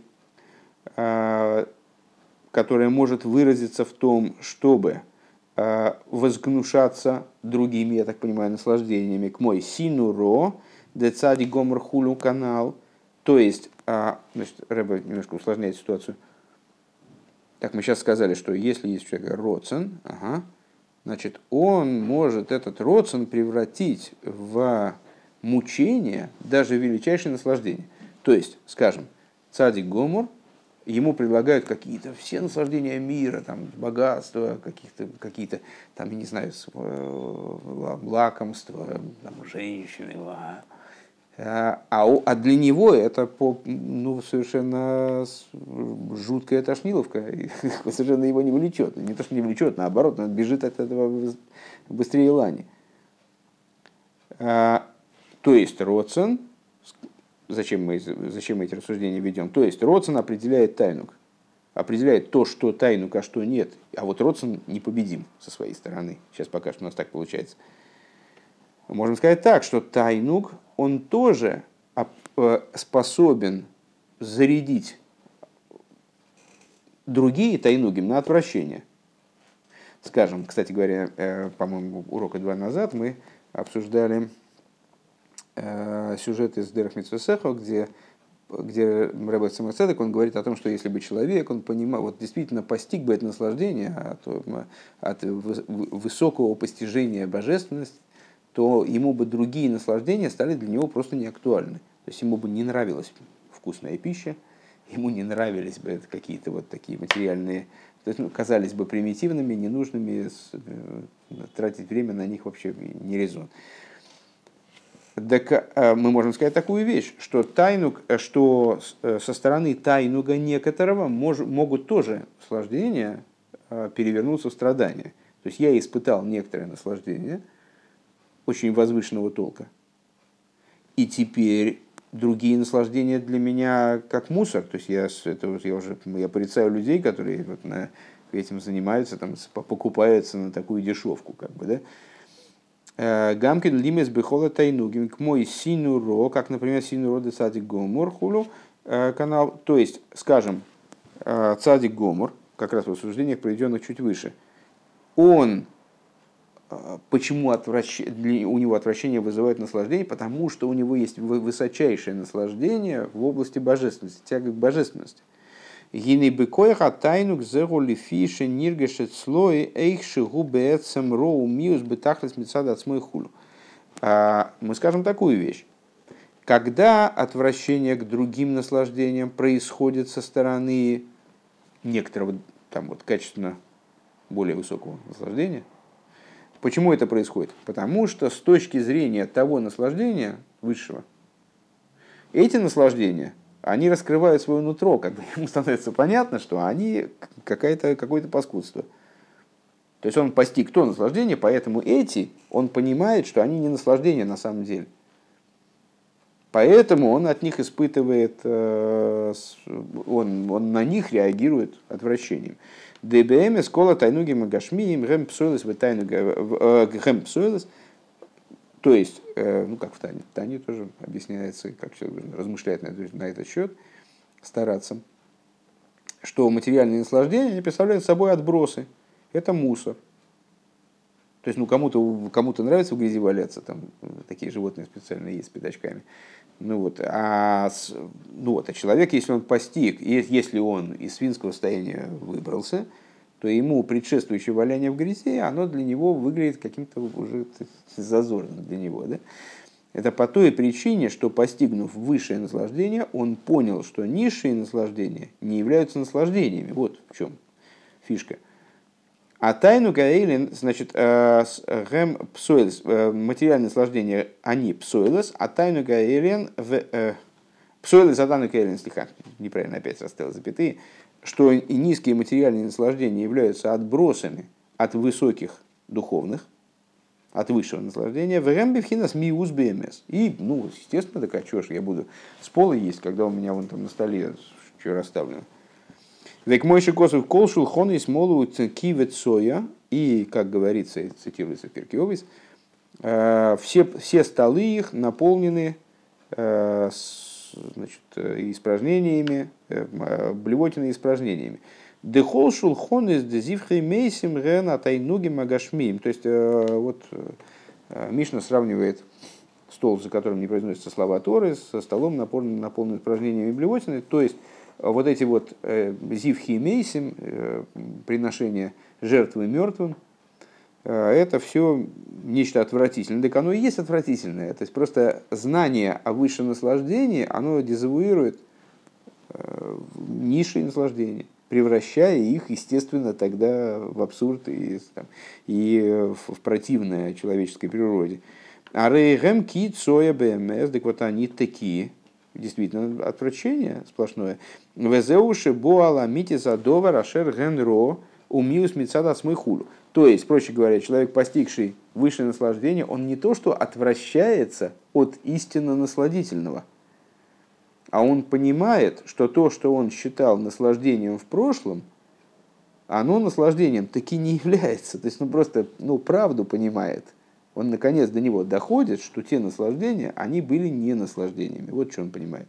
которая может выразиться в том, чтобы возгнушаться другими, я так понимаю, наслаждениями, к мой синуро, децади гомор хулю канал. То есть, а, значит, Рэбе немножко усложняет ситуацию. Так, мы сейчас сказали, что если есть у человека роцен, ага, значит, он может этот роцен превратить в мучение, даже величайшее наслаждение. То есть, скажем, цадик гомор, ему предлагают какие-то все наслаждения мира, там, богатство, каких-то, какие-то, там, я не знаю, лакомства, там, женщины, а, а для него это по, ну, совершенно жуткая тошниловка, совершенно его не влечет. Не то, что не влечет, наоборот, он бежит от этого быстрее лани. А, то есть роцен, зачем мы, зачем мы эти рассуждения ведем? То есть роцен определяет тайнук, определяет то, что тайнук, а что нет. А вот роцен непобедим со своей стороны. Сейчас пока что у нас так получается. Можем сказать так, что тайнук, он тоже способен зарядить другие тайнуги на отвращение. Скажем, кстати говоря, по-моему, урока два назад мы обсуждали сюжет из Дерах Мицвот Сехо, где, где Ребе Цемер Цедек, он говорит о том, что если бы человек, он понимал, вот действительно постиг бы это наслаждение от, от высокого постижения божественности, то ему бы другие наслаждения стали для него просто неактуальны. То есть ему бы не нравилась вкусная пища, ему не нравились бы какие-то вот такие материальные, то есть, ну, казались бы примитивными, ненужными, тратить время на них вообще не резон. Так мы можем сказать такую вещь, что, тайнуг, что со стороны тайнуга некоторого мож, могут тоже наслаждения перевернуться в страдания. То есть я испытал некоторое наслаждение, очень возвышенного толка. И теперь другие наслаждения для меня как мусор. То есть я, это, вот я уже я порицаю людей, которые вот на, этим занимаются, там, покупаются на такую дешевку. Как бы, да? Гамкин лимес бехола тайнугим к мой синуро, как, например, синуро де цадик гомор хулю канал. То есть, скажем, цадик гомор, как раз в рассуждениях, проведенных чуть выше, он... Почему отвращ... у него отвращение вызывает наслаждение? Потому что у него есть высочайшее наслаждение в области божественности, тяга к божественности. Мы скажем такую вещь. Когда отвращение к другим наслаждениям происходит со стороны некоторого там, вот, качественно более высокого наслаждения, почему это происходит? Потому что с точки зрения того наслаждения высшего, эти наслаждения, они раскрывают свое нутро, как бы ему становится понятно, что они какое-то, какое-то паскудство. То есть он постиг то наслаждение, поэтому эти, он понимает, что они не наслаждения на самом деле. Поэтому он от них испытывает, он, он на них реагирует отвращением. ДБМ скола тайнуги магашмием гэм псойлес в тайнуга гэм псойлес. То есть, ну как в Тане, в Тане тоже объясняется, как человек размышляет на, это, на этот счет, стараться, что материальные наслаждения они представляют собой отбросы, это мусор. То есть, ну кому-то, кому-то нравится в грязи валяться, там такие животные специально есть с пятачками. Ну вот, а, ну вот, а человек, если он постиг, если он из свинского состояния выбрался, то ему предшествующее валяние в грязи, оно для него выглядит каким-то уже зазорным для него. Да? Это по той причине, что, постигнув высшее наслаждение, он понял, что низшие наслаждения не являются наслаждениями. Вот в чем фишка. А тайну гаэлин, значит, гэм псойлес, материальные наслаждения, они псойлес, а тайну гаэлин, псойлес, а тайну гаэлин, слегка, неправильно опять расставил запятые, что и низкие материальные наслаждения являются отбросами от высоких духовных, от высшего наслаждения, в рэмбифхинас миус бмс. И, ну, естественно, так а что ж я буду с пола есть, когда у меня вон там на столе что расставлено. Век мойши косов колшул хон и смолу кивет соя. И, как говорится, цитируется в Пиркей Овес, все, все столы их наполнены значит, испражнениями, блевотиными испражнениями. Дехолшул хон из дезивхей мейсим ген атайнуги магашмием. То есть, вот Мишна сравнивает стол, за которым не произносятся слова Торы, со столом, наполненным, наполненным испражнениями и блевотиной. То есть вот эти вот зивхи и мейсим, приношения жертвы мертвым, это все нечто отвратительное. Так оно и есть отвратительное. То есть просто знание о высшем наслаждении, оно дезавуирует низшие наслаждения, превращая их, естественно, тогда в абсурд и, там, и в противное человеческой природе. А рейгем ки цоя бмс, так вот они такие, действительно, отвращение сплошное. Везеуши боала митиса довар ашер генро умиус мицада смыхулю. То есть, проще говоря, человек, постигший высшее наслаждение, он не то что отвращается от истинно насладительного, а он понимает, что то, что он считал наслаждением в прошлом, оно наслаждением таки не является. То есть он просто ну, правду понимает. Он наконец до него доходит, что те наслаждения, они были не наслаждениями. Вот что он понимает.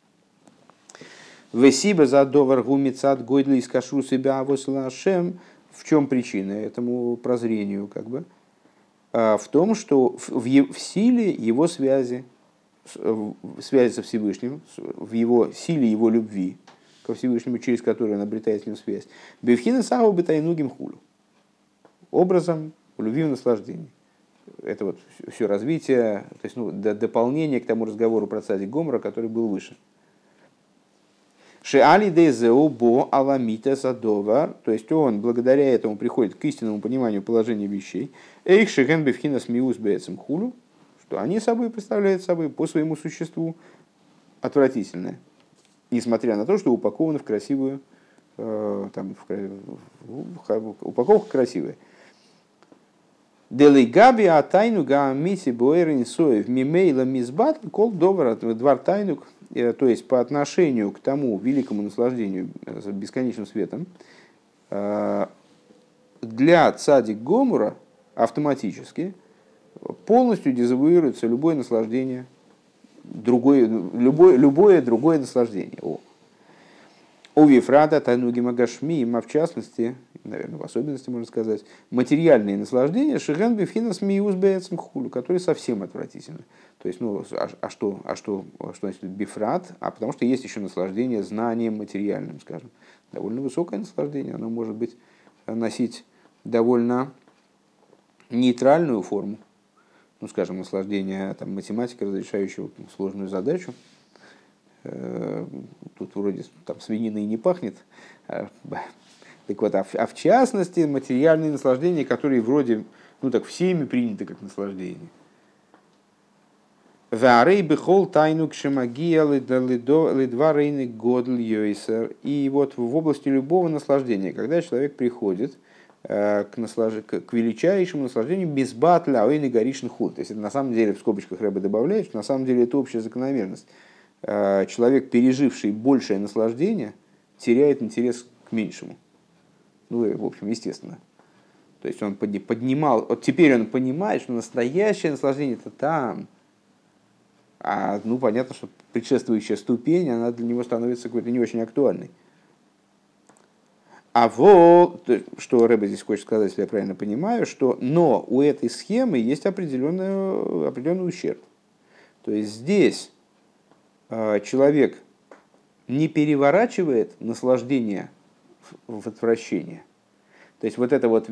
Весиба за довар гумицат гойдли из кашу себя авослашем. В чем причина этому прозрению? Как бы? В том, что в, в силе его связи, в связи со Всевышним, в его силе его любви ко Всевышнему, через которую он обретает с ним связь, бевхина сау бетайнугим хулю, образом любви в наслаждении. Это вот все развитие, то есть ну, дополнение к тому разговору про цадик Гомора, который был выше. Шеали дезеу бо аламита садовар, то есть он благодаря этому приходит к истинному пониманию положения вещей. Эйх шеген бевхина смиус бецем хулю, что они собой представляют собой по своему существу отвратительное, несмотря на то, что упакованы в красивую, э, там, в, в, упаковка красивая. Делигаби атайну гаамиси буэрин соев мимейла мизбат кол довар двар тайнук, то есть по отношению к тому великому наслаждению бесконечным светом, для цадик Гомора автоматически полностью дезавуируется любое наслаждение, другое, любое, любое другое наслаждение. О. У Вифрата, Тануги Магашми, а в частности, наверное, в особенности можно сказать, материальные наслаждения, Шиген Бифхинас Миус Бецем Хулю, которые совсем отвратительны. То есть, ну, а, а, что, а, что, а что значит Бифрат? А потому что есть еще наслаждение знанием материальным, скажем. Довольно высокое наслаждение, оно может быть носить довольно нейтральную форму. Ну, скажем, наслаждение там, математики, разрешающего сложную задачу. Тут вроде там свининой не пахнет. Так вот, а в, а в частности, материальные наслаждения, которые вроде, ну так всеми приняты как наслаждение. И вот в области любого наслаждения, когда человек приходит к, наслаж... к величайшему наслаждению без батля, а и горишен худ. То есть это на самом деле, в скобочках Рэбе добавляет, что на самом деле это общая закономерность. Человек, переживший большее наслаждение, теряет интерес к меньшему. Ну, в общем, естественно. То есть он поднимал, вот теперь он понимает, что настоящее наслаждение это там. А ну, понятно, что предшествующая ступень, она для него становится какой-то не очень актуальной. А вот, что Рэбе здесь хочет сказать, если я правильно понимаю, что но у этой схемы есть определенный, определенный ущерб. То есть здесь человек не переворачивает наслаждение в отвращение. То есть вот это вот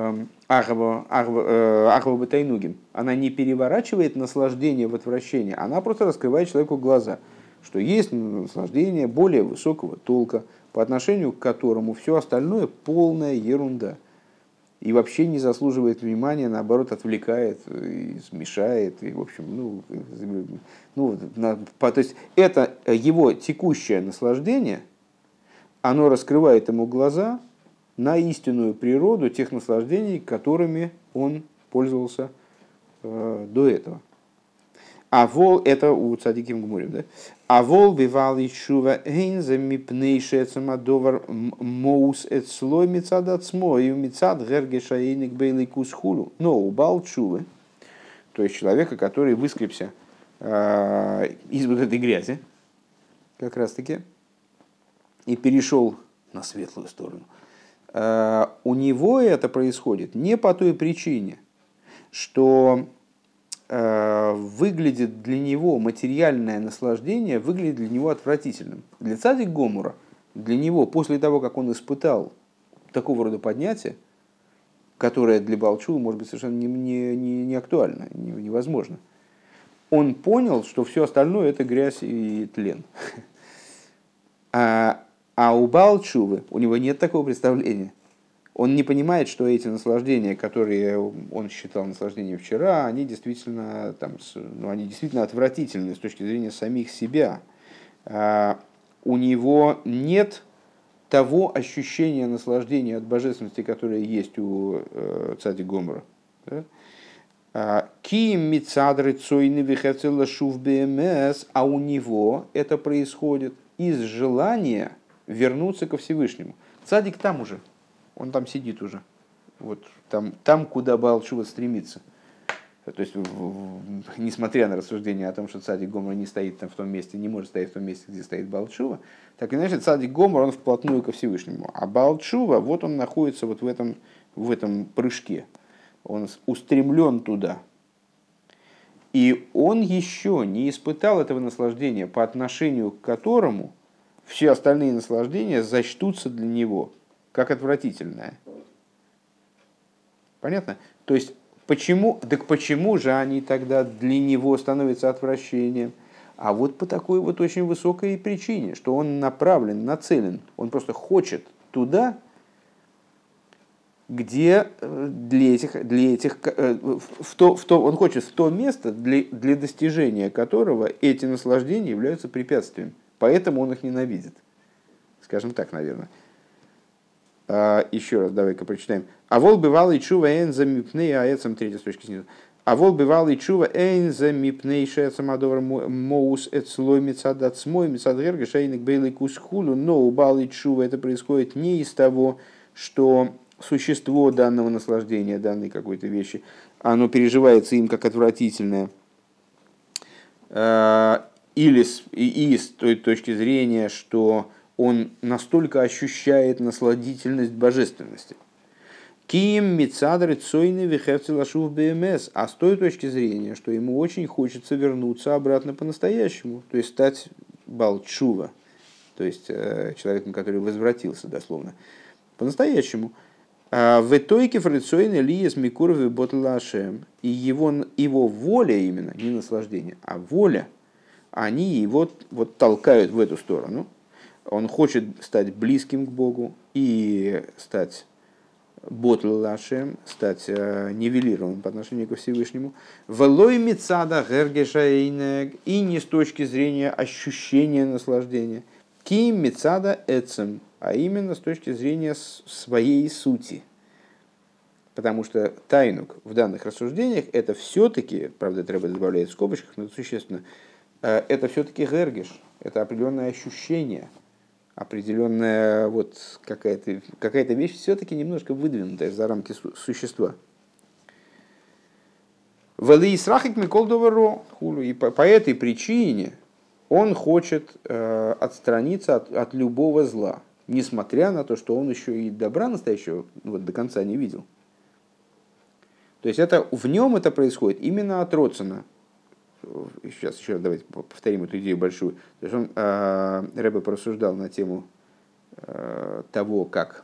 ахва бетайнугим, она не переворачивает наслаждение в отвращение, она просто раскрывает человеку глаза, что есть наслаждение более высокого толка, по отношению к которому все остальное полная ерунда. И вообще не заслуживает внимания, наоборот, отвлекает, и смешает. И, в общем, ну, ну, на, по, то есть это его текущее наслаждение, оно раскрывает ему глаза на истинную природу тех наслаждений, которыми он пользовался э, до этого. А вол, это у цадиким гмурим, да? А вол бивал ишува эйнза мипнейше цамадовар моус эцлой мицад ацмо и мицад гергеша эйник бейлый кусхулу. Но у балчувы, то есть человека, который выскребся э, из вот этой грязи, как раз таки, и перешел на светлую сторону, э, у него это происходит не по той причине, что э, выглядит для него, материальное наслаждение выглядит для него отвратительным. Для цадик Гомора, для него, после того, как он испытал такого рода поднятие, которое для Баал Тшувы может быть совершенно не, не, не, не актуально, не, невозможно, он понял, что все остальное это грязь и тлен. А, а у Баал Тшувы у него нет такого представления. Он не понимает, что эти наслаждения, которые он считал наслаждением вчера, они действительно, там, ну, они действительно отвратительны с точки зрения самих себя. А, у него нет того ощущения наслаждения от божественности, которое есть у э, цади Гомора. Киим мицадры цойны вихацела шув бмс, а у него это происходит из желания вернуться ко Всевышнему. Цадик там уже, он там сидит уже, вот там, там куда Баал Тшува стремится. То есть, несмотря на рассуждение о том, что цадик Гомор не стоит там в том месте, не может стоять в том месте, где стоит Баал Тшува, так иначе цадик Гомор, он вплотную ко Всевышнему. А Баал Тшува, вот он находится вот в этом, в этом прыжке. Он устремлен туда. И он еще не испытал этого наслаждения, по отношению к которому все остальные наслаждения зачтутся для него как отвратительное. Понятно? То есть, почему, так почему же они тогда для него становятся отвращением? А вот по такой вот очень высокой причине, что он направлен, нацелен, он просто хочет туда, где для этих, для этих в то, в то, он хочет в то место, для, для достижения которого эти наслаждения являются препятствием. Поэтому он их ненавидит. Скажем так, наверное. А, еще раз, давай-ка прочитаем. А вол бывал и чува эн за мипней, а эцем третья строчка снизу. А вол бывал и чува эн за мипней шецам адовар моус эцлой мецад ацмой мецад герга шейник бейлый кусхулу. Но у бал и чува это происходит не из того, что существо данного наслаждения, данной какой-то вещи, оно переживается им как отвратительное. Или и с той точки зрения, что он настолько ощущает насладительность божественности. Ким мицадры цойны вихевцелашув бмс. А с той точки зрения, что ему очень хочется вернуться обратно по-настоящему, то есть стать Баал Тшува, то есть человеком, который возвратился дословно, по-настоящему. В итоге фрицойны лиес микуровы ботлашем, и его, его воля именно, не наслаждение, а воля, они его вот толкают в эту сторону. Он хочет стать близким к Богу и стать ботлашем, стать нивелированным по отношению ко Всевышнему. Велой мицада гергешайнег, и не с точки зрения ощущения наслаждения. Ким мицада эцем, а именно с точки зрения своей сути. Потому что тайнук в данных рассуждениях это все-таки, правда, треба добавлять в скобочках, но это существенно, это все-таки гергеш, это определенное ощущение, определенная вот какая-то, какая-то вещь все-таки немножко выдвинутая за рамки существа. И по, по этой причине он хочет э, отстраниться от, от любого зла, несмотря на то, что он еще и добра настоящего вот, до конца не видел. То есть это, в нем это происходит именно от Роцена. Сейчас еще раз давайте повторим эту идею большую. То есть он, э, Ребе порассуждал на тему э, того, как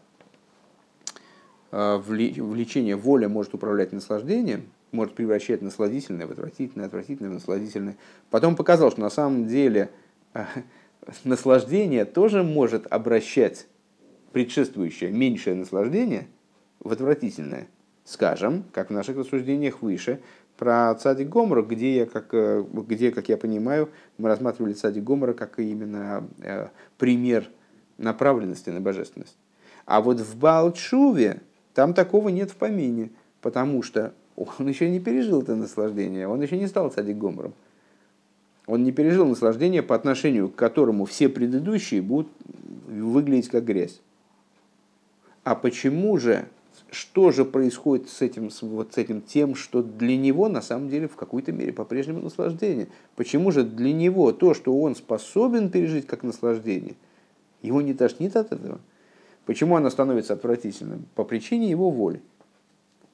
э, влечение, воля может управлять наслаждением, может превращать наслаждительное в отвратительное, отвратительное в наслаждительное. Потом показал, что на самом деле э, наслаждение тоже может обращать предшествующее меньшее наслаждение в отвратительное. Скажем, как в наших рассуждениях выше, про цадик Гомора, где, я, как, где, как я понимаю, мы рассматривали цадик Гомора как именно э, пример направленности на божественность. А вот в Баал Тшуве там такого нет в помине, потому что он еще не пережил это наслаждение, он еще не стал цадик Гомором. Он не пережил наслаждение, по отношению к которому все предыдущие будут выглядеть как грязь. А почему же? Что же происходит с этим, вот с этим тем, что для него на самом деле в какой-то мере по-прежнему наслаждение? Почему же для него то, что он способен пережить как наслаждение, его не тошнит от этого? Почему оно становится отвратительным? По причине его воли.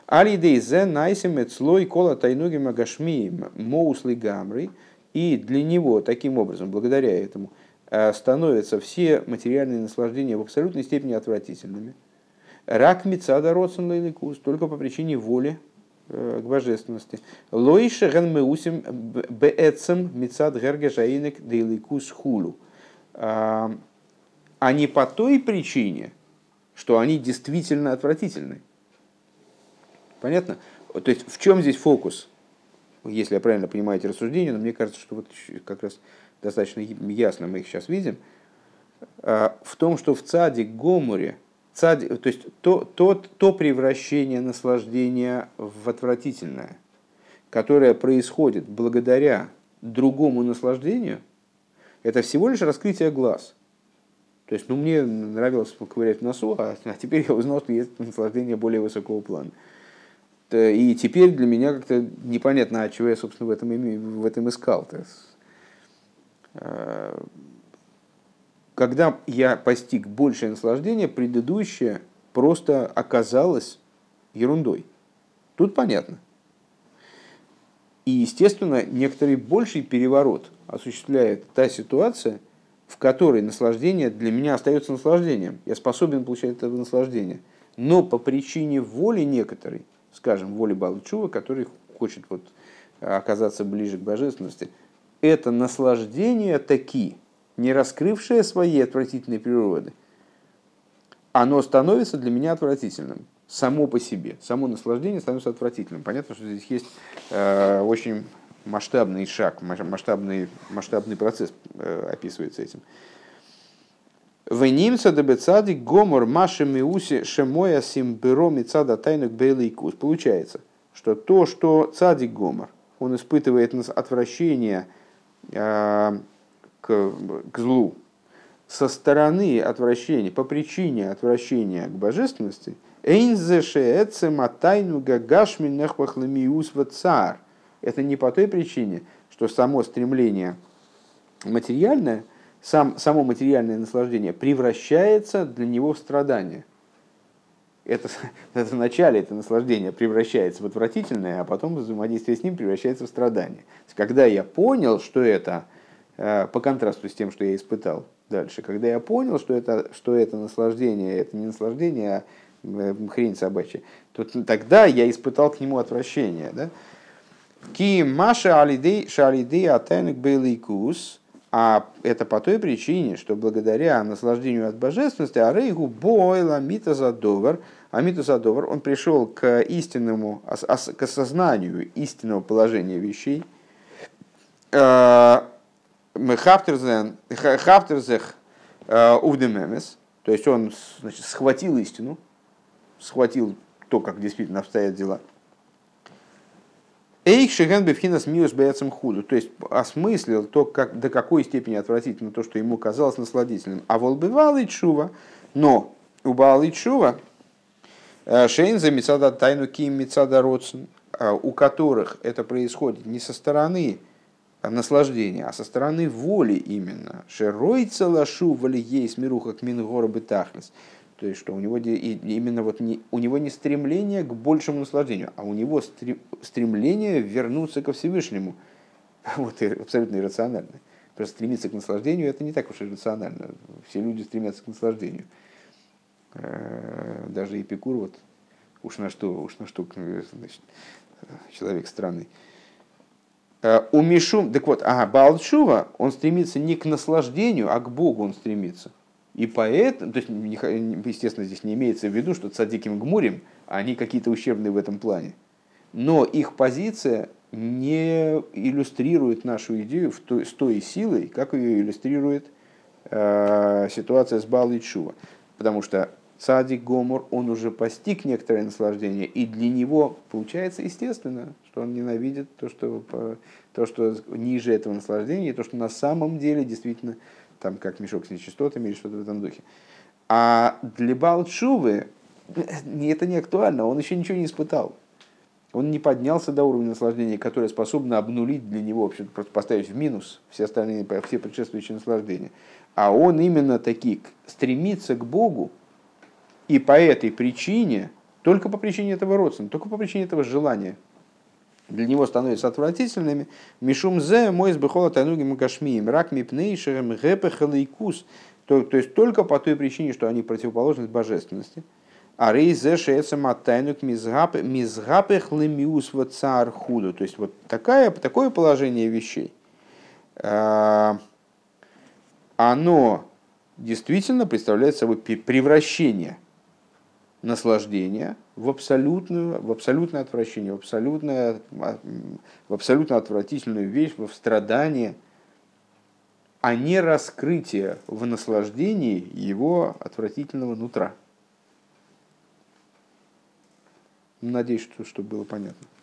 Алидейзе найсим слой кола тайнуги магашми моусли гамры. И для него, таким образом, благодаря этому, становятся все материальные наслаждения в абсолютной степени отвратительными. Рак мицада родсен лейликус, только по причине воли к божественности. Лоише ген меусим беэцем мицад гергежаинек дейликус хулу. А не по той причине, что они действительно отвратительны. Понятно? То есть в чем здесь фокус? Если я правильно понимаю эти рассуждения, но мне кажется, что вот как раз достаточно ясно мы их сейчас видим, в том, что в цаде Гоморе, цаде, то есть то, то, то превращение наслаждения в отвратительное, которое происходит благодаря другому наслаждению, это всего лишь раскрытие глаз. То есть, ну, мне нравилось ковырять в носу, а, а теперь я узнал, что есть наслаждение более высокого плана. И теперь для меня как-то непонятно, а чего я, собственно, в этом, в этом искал. Когда я постиг большее наслаждение, предыдущее просто оказалось ерундой. Тут понятно. И, естественно, некоторый больший переворот осуществляет та ситуация, в которой наслаждение для меня остается наслаждением. Я способен получать это наслаждение. Но по причине воли некоторой, скажем, воли Баал Тшува, который хочет вот оказаться ближе к божественности, это наслаждение таки, не раскрывшее своей отвратительной природы, оно становится для меня отвратительным. Само по себе. Само наслаждение становится отвратительным. Понятно, что здесь есть э, очень масштабный шаг, масштабный, масштабный процесс э, описывается этим. Венимца дебецади гомор маши миуси шемоя симберо мицада тайнук бейлейкус. Получается, что то, что цадик гомор, он испытывает отвращение э, к, к злу со стороны отвращения, по причине отвращения к божественности, это не по той причине, что само стремление материальное, сам, само материальное наслаждение превращается для него в страдание. Это, это вначале это наслаждение превращается в отвратительное, а потом взаимодействие с ним превращается в страдание. Когда я понял, что это, по контрасту с тем, что я испытал дальше, когда я понял, что это, что это наслаждение, это не наслаждение, а хрень собачья, то тогда я испытал к нему отвращение. Да? Ки маша алидей шалидей атенек бейликус, а это по той причине, что благодаря наслаждению от божественности арейгу бойла митазадовар, а митазадовар, он пришел к истинному, к осознанию истинного положения вещей. Хавтерзех увдемемес, то есть он, значит, схватил истину, схватил то, как действительно обстоят дела. Эйх шеген бифхинас миус бэцем худу, то есть осмыслил то, как, до какой степени отвратительно то, что ему казалось насладительным. А волбывал и чува, но у Баал и чува шейн за мицада тайну ким мицада родсен, у которых это происходит не со стороны наслаждения, а со стороны воли именно. Шеройца лашу вали ейс мируха к мингора бетахлес. То есть, что у него именно вот не, у него не стремление к большему наслаждению, а у него стремление вернуться ко Всевышнему. Вот абсолютно иррационально. Просто стремиться к наслаждению — это не так уж иррационально. Все люди стремятся к наслаждению. Даже Эпикур, вот, уж на что, уж на что, значит, человек странный. У Мишум, так вот, ага, Баал Тшува, он стремится не к наслаждению, а к Богу он стремится. И поэтому, то есть, естественно, здесь не имеется в виду, что цадиким гмурим, они какие-то ущербные в этом плане. Но их позиция не иллюстрирует нашу идею в той, с той силой, как ее иллюстрирует э, ситуация с Баал и Тшува. Потому что цадик гомор, он уже постиг некоторое наслаждение, и для него получается естественно, что он ненавидит то, что, то, что ниже этого наслаждения, и то, что на самом деле действительно там как мешок с нечистотами или что-то в этом духе. А для Баал Тшувы это не актуально, он еще ничего не испытал. Он не поднялся до уровня наслаждения, которое способно обнулить для него, вообще просто поставить в минус все остальные, все предшествующие наслаждения. А он именно таки стремится к Богу, и по этой причине только по причине этого родственника, только по причине этого желания, для него становятся отвратительными. Мишум зе мой сбыхола тайнуги макашмием рак мипнейшерем гэпэхалейкус. То есть только по той причине, что они противоположность божественности. А рей зе шеэца матайнук мизгапэх лемиус в цар худу. То есть вот такая, такое положение вещей, оно действительно представляет собой превращение наслаждения в абсолютную, в абсолютное отвращение, в абсолютное, в абсолютно отвратительную вещь, в страдание, а не раскрытие в наслаждении его отвратительного нутра. Надеюсь, что, что было понятно.